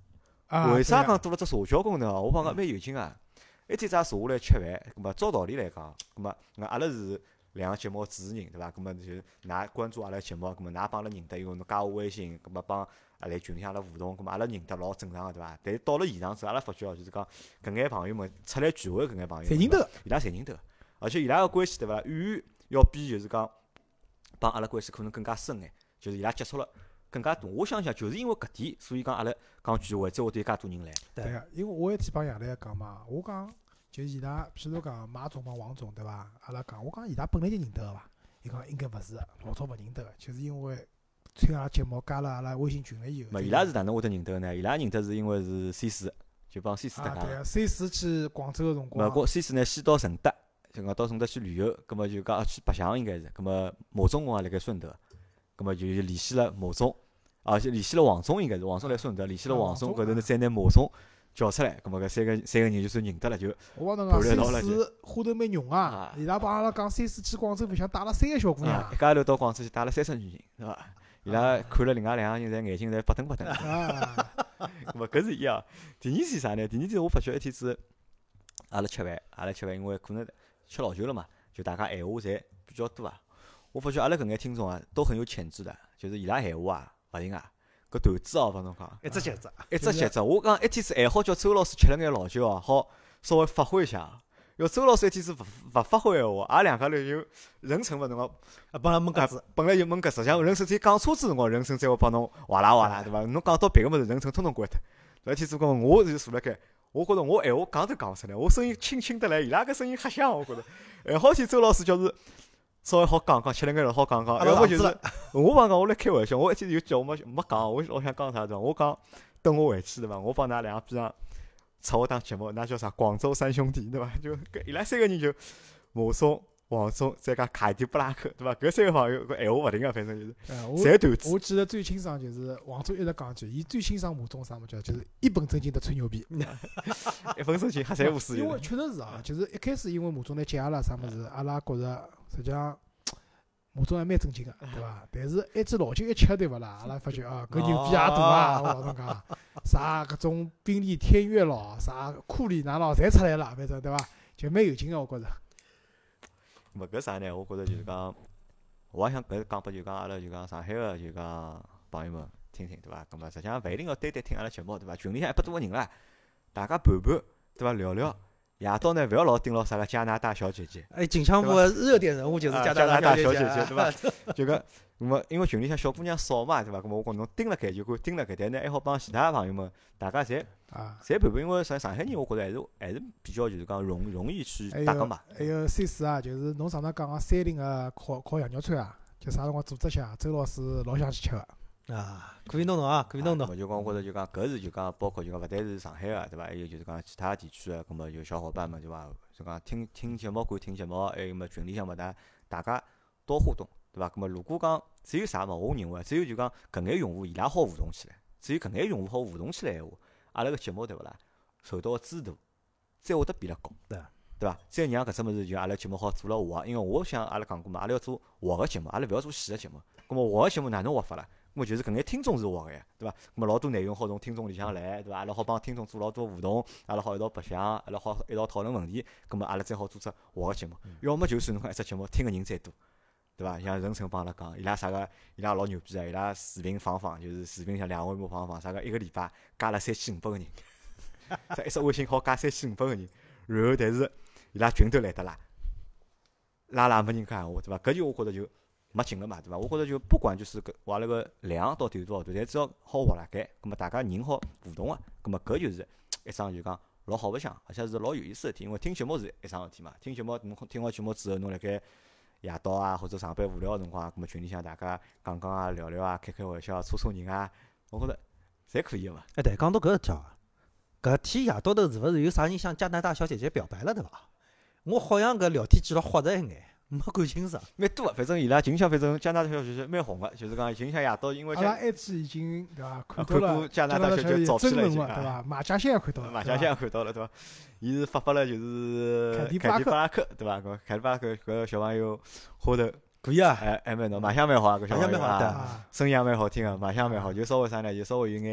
为啥讲多了只社交功能？我帮讲蛮有劲啊！一天早坐下来吃饭，咁么照道理来讲，咁么阿拉是两个节目主持人，对伐？咁么就㑚关注阿拉节目，咁么㑚帮阿拉认得，因为侬加我微信，咁么帮来群里向阿拉互动，咁么阿拉认得老正常个，对伐？但是到了现场之后，阿拉发觉就是讲搿眼朋友们出来聚会，搿眼朋友， 侪认得， 伊拉侪认得，而且伊拉个关系对伐？远远要比就是讲帮阿拉关系可能更加深眼，就是伊拉接触了。更加多，我想想，就是因为搿点，所以讲阿拉讲聚会才会得有介多人来。 对个，因为我一天帮杨澜讲嘛，我讲就是伊拉，譬如讲马总帮王总，对伐？阿拉讲，我讲伊拉本来就认得个伐？伊讲应该勿是，老早勿认得个，就是因为参加节目加了阿拉微信群了以后。 伊拉是哪能会得认得个呢？伊拉认得是因为是 C4，就帮 C4搭界。 对个 C4去广州个辰光。 过 C4呢，先到顺德，就讲到顺德去旅游，葛末就讲去白相应该是，葛末马总也辣盖顺德，葛末就联系了马总。就联系了王总，应该是王总来顺德，联系了王总，搿头呢再拿马总叫出来，咁么搿三个人就算认得了，就我帮侬讲，C4花头蛮用啊！伊拉帮阿拉讲，C4去广州白相带了3个小姑娘， 一家头到广州去带了30女人，是伐？伊拉看了另外2个人，侪眼睛侪白瞪白瞪。咁么搿是一样。第二天啥呢？第二天我发觉一天子阿拉吃饭，因为可能吃老酒了嘛，就大家闲话侪比较多啊。我发觉阿拉搿眼听众啊，都很有潜质的，就是伊拉闲话啊。勿停啊！搿段子哦，帮侬讲， 一只节奏， 我讲一天子还好叫周老师吃了眼老酒哦，好稍微发挥一下。要周老师一天子勿发挥闲话，阿两家头就人成勿侬讲， 帮他闷格子， 本来就闷格子，像人生才讲车子辰光，人生才会帮侬哗啦，对伐？侬讲到别个物事，人生统统关脱。搿天子讲，我就坐辣盖，我觉着我闲话讲都讲勿出来，我声音轻得来，伊拉搿声音瞎响，我觉着还好天周老师就是稍微好讲，吃了眼好讲，要么就是我帮讲，我来开玩笑，我一天就叫我没讲，我老想讲啥对伐？我讲等我回去对伐？我帮㑚两个边上凑一档节目，那叫啥？广州三兄弟对伐？就伊拉3个人就马总、王总再加凯迪布拉克对伐？搿3个朋友搿闲话勿停个，反正就是侪段子。 我记得最清爽就是王总一直讲句，伊最欣赏马总啥物事，就是一本正经的吹牛逼， 一本正经黑三胡四。 因为确实是啊，就是一开始因为马总来接阿拉啥物事，阿拉觉着。实际上，马总还蛮正经个，对伐？但是一支老酒一吃，对勿啦？阿拉发觉啊，搿牛逼也大啊！我老侬讲，啥搿种宾利天越咯，啥库里南咯，侪出来了，反正对伐？就蛮有劲个，我觉着。 搿啥呢？我觉着就是讲，我也想搿讲拨就讲阿拉就讲上海个就讲朋友们听听，对伐？搿么实际上勿一定要单单听阿拉节目，对伐？群里向100多个人啦，大家盘盘，对伐？聊聊。夜到呢，勿要老盯牢啥个加拿大小姐姐。 近腔部热点人物就是加拿大小姐姐， 对伐？就搿，那么因为群里向小姑娘少嘛，对伐？搿么我讲侬盯辣盖就管盯辣盖，但呢还好帮其他朋友们，大家侪盘盘，因为上海人我觉着还是比较就是讲容易去搭个嘛。 还有C4啊，就是侬上趟讲个30个烤羊肉串啊，就啥辰光组织下，周老师老想去吃个。 可以弄弄啊，可以弄弄。 就讲我觉着就讲搿是就讲包括就讲勿单是上海个对伐？还有就是讲其他地区个，葛末就小伙伴们对伐？就讲听节目归听节目，还有么群里向么大家多互动对伐？葛末如果讲只有啥嘛，我认为只有就讲搿眼用户伊拉好互动起来，只有搿眼用户好互动起来闲话，阿拉个节目对勿啦？受到个支持才会得变得高，对伐？再让搿只物事就阿拉节目好做了活，因为我想阿拉讲过嘛，阿拉要做活个节目，阿拉勿要做细个节目。葛末活个节目哪能活法啦？咁就是搿眼听众是活个呀，对伐？咁老多内容好从听众里向来，对伐？阿拉好帮听众做老多互动，阿拉好一道白相，阿拉好一道讨论问题，咁阿拉再好做只活个节目。要么就算侬看一只节目听个人再多，对伐？像任成帮阿拉讲，伊拉啥个，伊拉老牛逼啊！伊拉视频放，就是视频像2位数放，啥个1个礼拜加了3500个人，这一只微信好加3500个人，然后但是伊拉群头来得拉没人讲闲话，对伐？搿就我觉着就。没劲了嘛，对伐？我觉着就不管就是搿阿拉个量到底有多少大，但只要好活辣盖，葛末大家人好互动个，葛末搿就是一桩就讲老好白相，而且是老有意思个事体。因为听节目是一桩事体嘛，听节目侬听好节目之后，侬辣盖夜到啊或者上班无聊个辰光，葛末群里向大家讲讲啊、聊聊啊、开玩笑、搓人啊，我觉着侪可以个嘛。 对，讲到搿事体啊，搿天夜到头是勿是有啥人向加拿大小姐姐表白了对伐？我好像搿聊天记录豁着一眼。没感清爽， 蛮多个，反正伊拉近腔，反正加拿大小姐姐蛮红个，就是讲近腔夜到，因为阿拉埃次已经对伐看到了加拿大小姐照片了， 对伐？马甲线也看到了， 马甲线也看到了，对伐？伊是发了就是凯迪布拉克，对伐？搿凯迪布拉克搿小朋友花头可以啊， 还蛮闹，卖相蛮好啊，搿小朋友啊， 声音也蛮好听个，卖相蛮好，就稍微啥呢，就稍微有眼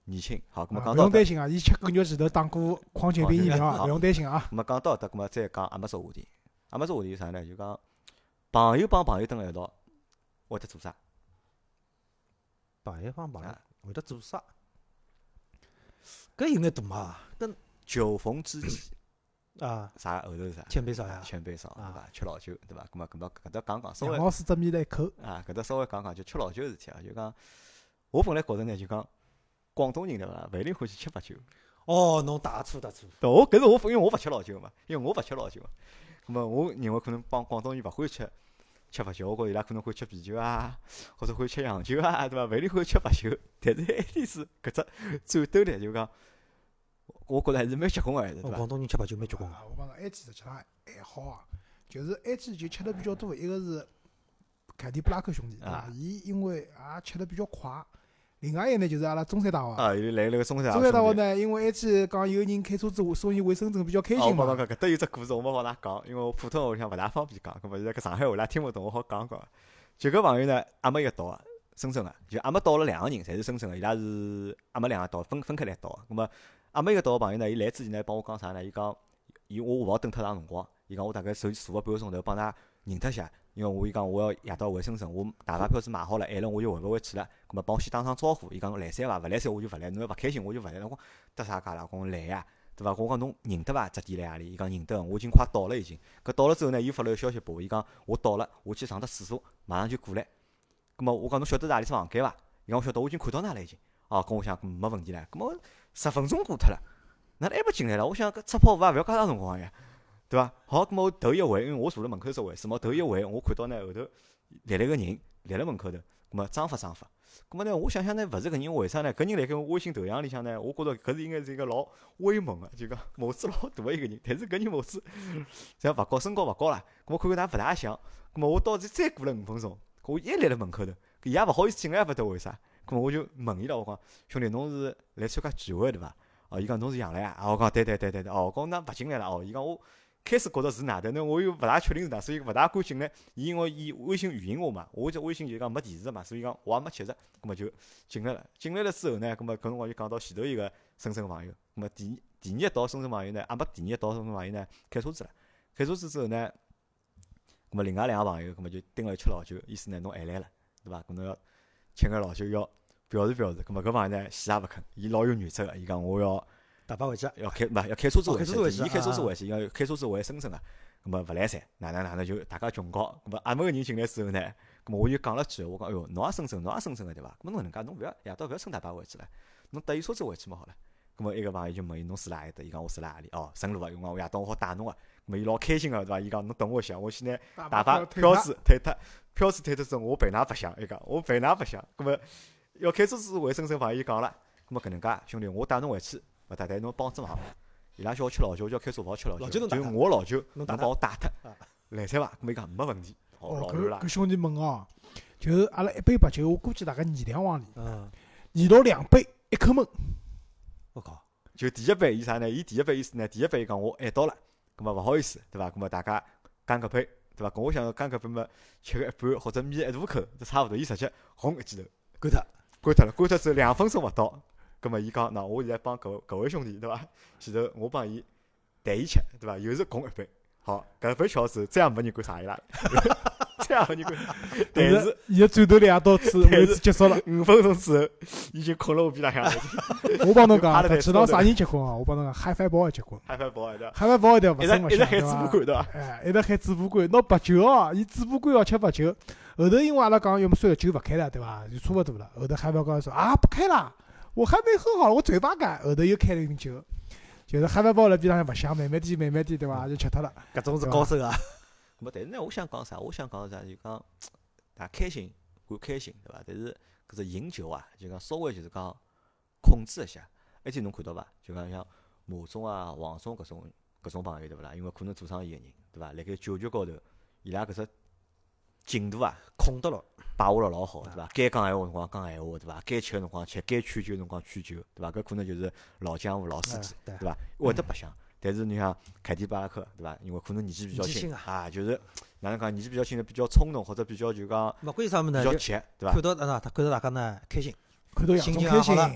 年轻。好，咁么讲到。勿用担心啊，伊吃狗肉前头打过矿泉水饮料啊，勿用担心啊。 咁么讲到搿，咁么再讲阿没说话题。阿没说话题是啥呢？就讲朋友帮朋友蹲辣一道，会得做啥？ 朋友帮朋友会得做啥？搿有眼大嘛？跟酒逢知己啊， 啥后头是啥？ 千杯少呀， 千杯少，对伐？吃老酒，对伐？咁么搿搭讲讲，稍微杨老师只面来口啊，搿搭稍微讲讲就吃老酒事体啊，就讲我本来觉着呢，就讲广东人对伐，勿一定欢喜吃白酒。 哦，侬大错特错。 我搿是我，因为我勿吃老酒嘛，因为我勿吃老酒嘛。咁么我认为可能帮广东人勿欢喜吃白酒，我觉着伊拉可能会吃啤酒啊，或者会吃洋酒啊，对伐？勿一定会吃白酒。但是一定是搿只战斗力，就讲我觉着还是蛮结棍个，还是对伐？ 广东人吃白酒蛮结棍个。 我讲埃及实际上还好啊，就是埃及就吃得比较多，一个是凯迪布拉克兄弟，对伐？伊因为也吃得比较快。另外一个呢，就是阿拉中山大学啊，来了个中山大学呢，因为埃及讲有人开车子送伊回深圳比较开心嘛。 搿搭有只故事，我没帮㑚讲，因为我普通话里向勿大方便讲，搿么现在搿上海话伊拉听勿懂，我好讲讲。就搿朋友呢，阿没一个到深圳个，就阿没到了2个人，侪是深圳个，伊拉是阿没2个到分开来到个。搿么阿没一个到个朋友呢，伊来之前呢帮我讲啥呢？伊讲我勿好等太长辰光，伊讲我大概坐个半个钟头帮㑚认脱下。因为我伊讲我要夜到回深圳，我大巴票子买好了，晚了我就回勿回去了。咁么帮我先打声招呼，伊讲来三伐？勿来三我就勿来，侬要勿开心我就勿来。我讲得啥介啦？我讲来呀，对伐？我讲侬认得伐？只店辣何里？伊讲认得，我已经快到了已经。搿到了之后呢，伊发了个消息拨我，伊讲我到了，我去上趟厕所，马上就过来。咁么我讲侬晓得是何里只房间伐？伊讲我晓得，我已经看到㑚了已经。哦，跟我想没问题唻。咁么10分钟过脱了，哪能还没进来了？我想搿出泡饭勿要介长辰光呀。对伐？好，咁么我头一回，因为我坐辣门口只位置嘛，头一回我看到呢后头立了个人立辣门口头，咁么装法，咁么呢我想想呢，勿是搿人为啥呢？搿人辣盖微信头像里向呢，我觉着搿是应该是一个老威猛个，就讲模子老大个一个人，但是搿人模子像勿高身高勿高啦，咁么看看㑚勿大像，咁么我到时再过了5分钟，我一立辣门口头，伊也勿好意思进来，也勿晓得为啥，咁么我就问伊拉，我讲兄弟侬是来参加聚会对伐？哦，伊讲侬是杨澜啊，我讲对，哦，我讲㑚勿进来了，哦，伊讲我。开始觉着是哪的，那我又勿大确定是哪，所以勿大敢进来。因为伊微信语音我嘛，我这微信就讲没提示嘛，所以讲我也没接着，咁么就进来了。进来了之后呢，咁么搿辰光就讲到前头一个深圳朋友，咁么第二日到深圳朋友呢，也没第二日到深圳朋友呢开车子了。开车子之后呢，咁么另外2个朋友，咁么就盯了吃老酒，意思呢侬还来了，对伐？咁侬要请个老酒要表示。咁么搿朋友呢死也勿肯，伊老有原则个，伊讲我要。 大巴回去， 要开车子回去，伊开车子回去，要开车子回深圳个，咁么勿来三，哪能就大家穷搞，咁么阿没个人进来之后呢，咁么我就讲了句，我讲，哎哟，侬也深圳个对伐？咁么侬搿能介，侬勿要夜到勿要乘大巴回去了，侬搭伊车子回去嘛好了。咁么一个朋友就问伊侬住辣何里搭？伊讲我住辣何里？哦，顺路伐？伊讲我夜到我好带侬个，咁么伊老开心个对伐？伊讲侬等我一下，我先拿大巴票子退脱，票子退脱之后我陪㑚白相，伊讲我陪㑚白相，咁么要开车子回深圳朋友讲了，咁么搿能介兄弟，我带侬回去。勿带侬帮只忙，伊拉叫我吃老酒，叫开车勿好吃老酒，就我老酒，侬帮我带脱，来塞伐？咁伊讲没问题。 哦，搿兄弟们哦，就是阿拉一杯白酒，我估计大概2-2往里，2到2杯一口闷。 我靠！ 就第一杯伊啥呢？伊第一杯意思呢？第一杯伊讲我晚到了，咁么勿好意思，对伐？咁么大家干搿杯，对伐？跟我想干搿杯嘛，吃个一半或者抿一大口，就差勿多。伊直接轰一记头， 关脱了，关脱之后2分钟勿到。咁么伊讲，喏，我现在帮搿位兄弟，对伐？前头我帮伊带伊吃，对伐？又是共一杯，好，搿杯吃好之后，再也没人敢杀伊拉，再也没人敢。但是伊个战斗力也到此为止结束了。 5分钟之后，已经困了我边浪向了。 我帮侬讲，知道啥人结棍啊？我帮侬讲，海翻包也结棍。 海翻包对伐？ 海翻包一定勿声勿响， 一直喊主播官对伐？ 哎，一直喊主播官，拿白酒哦，伊主播官要吃白酒。后头因为阿拉讲，要么算了酒勿开了，对伐？就差勿多了。后头海翻包说啊，不开了。我还没喝好，我嘴巴干。后头又开了一瓶酒，就是海饭包辣边浪向勿响，慢慢点，对伐？就吃脱了。 搿种是高手啊！ 咁但是呢，我想讲啥？就讲大家开心归开心，对伐？但是搿只饮酒啊，就讲稍微就是讲控制一下。而且侬看到伐？就讲像马总啊、王总搿种朋友对勿啦？因为可能做生意个人，对伐？辣盖酒局高头，伊拉搿只进度啊， 控得了。 把握了老好，对伐？该讲闲话辰光讲闲话，对伐？该吃个辰光吃，该劝酒辰光劝酒，对伐？搿可能就是老江湖、老司机，对伐？会得白相。但是你像凯迪巴拉克，对伐？因为可能年纪比较轻啊，就是哪能讲年纪比较轻的，比较冲动或者比较就讲勿关啥物事呢？ 比较急，对伐？ 看到他看到大家呢开心， 看到杨总开心，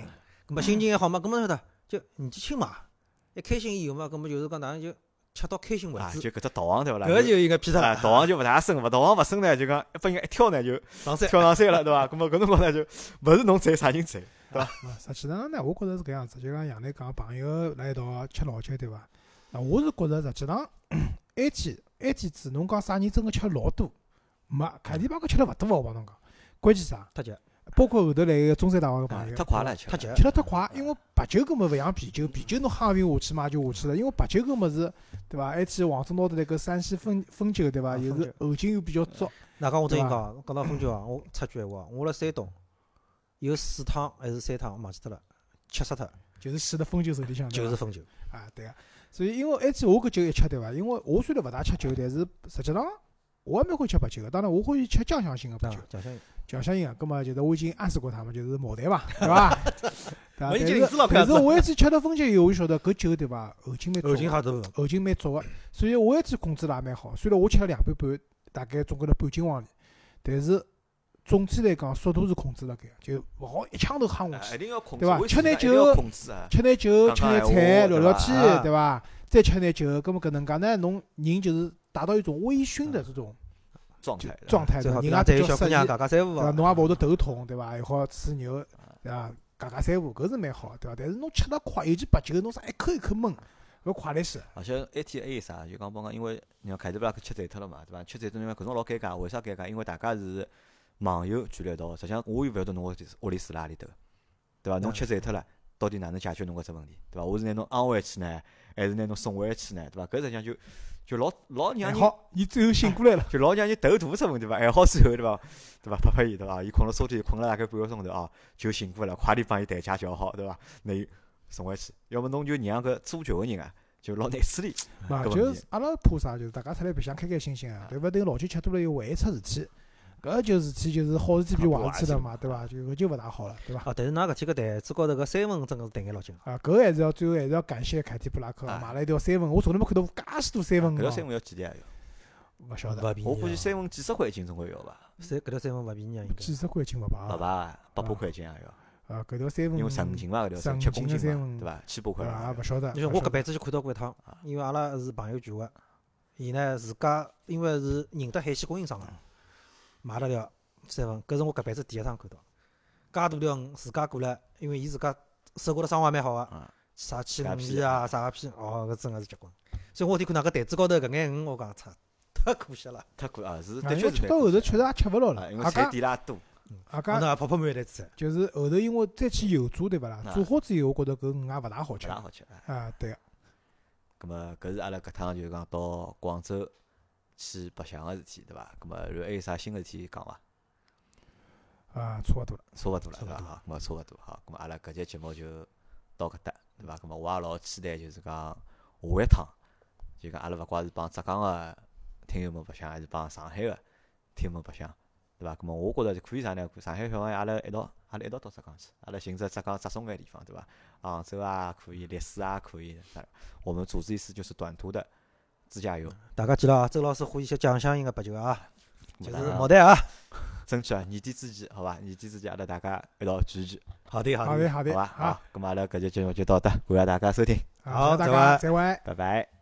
搿么心情还好嘛？搿么晓得就年纪轻嘛，一开心以后嘛，搿么就是讲哪能就吃到开心为止。 就搿只导航对勿啦？ 搿就应该偏脱了。 导航就勿大深，导航勿深呢，就讲一拨人一跳呢就上山跳上山了，对伐？搿么搿辰光呢就勿是侬载啥人载，对伐？ 实际上呢，我觉着是搿样子，就讲杨澜讲朋友辣一道吃老酒，对伐？我是觉着实际上埃天子侬讲啥人真个吃老多，没凯迪巴克吃了勿多，我帮侬讲，关键啥？ 太急。 包括后头来个中山大学个朋友， 太快了， 太急， 吃了太快，因为白酒搿么勿像啤酒，啤酒侬夯瓶下去嘛就下去了，因为白酒搿么是对伐？埃天黄总拿的那个山西汾酒对伐？又是后劲又比较足。 哪讲我真讲到汾酒啊，我插句闲话，我辣山东有4趟还是3趟，我忘记脱了，吃死脱。 就是死辣汾酒手里向。 就是汾酒。 啊，对个。所以因为埃天我搿酒一吃对伐？因为我虽然勿大吃酒，但是实际上我也蛮欢喜吃白酒个。当然我欢喜吃酱香型个白酒。酱香型个，葛末就是我已经暗示过他们，就是茅台嘛，对伐？但是我一次吃了汾酒以后，我晓得搿酒对伐？后劲蛮足，后劲蛮足个。所以我一次控制了也蛮好。虽然我吃了2杯半，大概总归辣半斤往里，但是总体来讲速度是控制了盖，就勿好一枪头夯下去，对伐？吃眼酒，吃眼菜，聊聊天，对伐？再吃眼酒，葛末搿能介呢，侬人就是达到一种微醺的这种状态，人也比较适宜，侬也勿会得头痛，对伐？还好吹牛，对伐？嘎嘎三胡，搿是蛮好，对伐？但是侬吃得快，尤其白酒，侬啥一口一口闷，搿快来死。 而且埃天还有啥？就讲帮讲，因为你看凯迪布拉克吃醉脱了嘛，对伐？吃醉脱因为搿种老尴尬，为啥尴尬？因为大家是网友聚了一道，实际上我又勿晓得侬屋里住辣何里头，对伐？侬吃醉脱了，到底哪能解决侬搿只问题，对伐？我是拿侬昂回去呢，还是拿侬送回去呢，对伐？搿实际上就老让人好，伊最后醒过来了， 就老让人头大只问题伐？还好最后对伐？对伐？拍拍伊对伐？伊困了车底困了大概半个钟头啊，就醒过来了，快点帮伊代驾叫好对伐？拿伊送回去，要么侬就让搿做酒个人啊，就老难处理。 就是阿拉怕啥？就是大家出来白相开开心心啊，对勿？等老酒吃多了又万一出事体。搿就事体就是好事体比坏事体了嘛，对伐？就搿就勿大好了，对伐？ 但是㑚搿天搿台子高头搿三文真个是弹眼牢劲搿还是要最后还是要感谢凯迪布拉克买了一条三文，我从来没看到介许多三文。 搿条三文要几钿啊？ 勿晓得， 我估计三文几十块一斤总归要伐？ 搿条三文勿便宜啊，应该。 几十块一斤勿排。 勿排，800块一斤也要。搿条三文。 因为纯斤嘛，搿条7公斤嘛，对伐？700块。 勿晓得。 你说我搿辈子就看到过一趟，因为阿拉是朋友聚会，伊呢自家因为是认得海鲜供应商个，买了条三文，搿是我搿辈子第一趟看到。介大条鱼自家过来，因为伊自家手高头生活也蛮好个，啥起鱼皮啊，啥个皮，搿真个是结棍。所以我天看那搿台子高头搿眼鱼，我讲操，太可惜了。 太可啊，是的确是。 吃到后头确实也吃勿牢了， 因为菜底拉多。 那也泡泡满一台子。 就是后头因为再去油煮对勿啦？煮好之后，我觉着搿鱼也勿大好吃。 勿大好吃啊，对个。 葛末搿是阿拉搿趟就是讲到广州去白相个事体，对伐？葛末然后还有啥新个事体讲伐？ 差勿多了， 对伐？好，咁差勿多好，咁阿拉搿节节目就到搿搭，对伐？咁我也老期待，就是讲下一趟，就讲阿拉勿怪是帮浙江个听友们白相，还是帮上海个听友们白相，对伐？咁我觉着就可以啥呢？上海小朋友阿拉一道到浙江去，阿拉寻只浙江窄松眼地方，对伐？杭州啊可以，丽水啊可以，我们组织一次就是短途的自驾游。 大家记牢啊，周老师欢喜些酱香型个白酒啊，就是茅台啊。 争取年底之前，好伐？年底之前，阿拉大家一道聚一聚。 好的， 好伐？好，咁阿拉搿节节目就到这，感谢大家收听。 好，大家再会， 拜拜。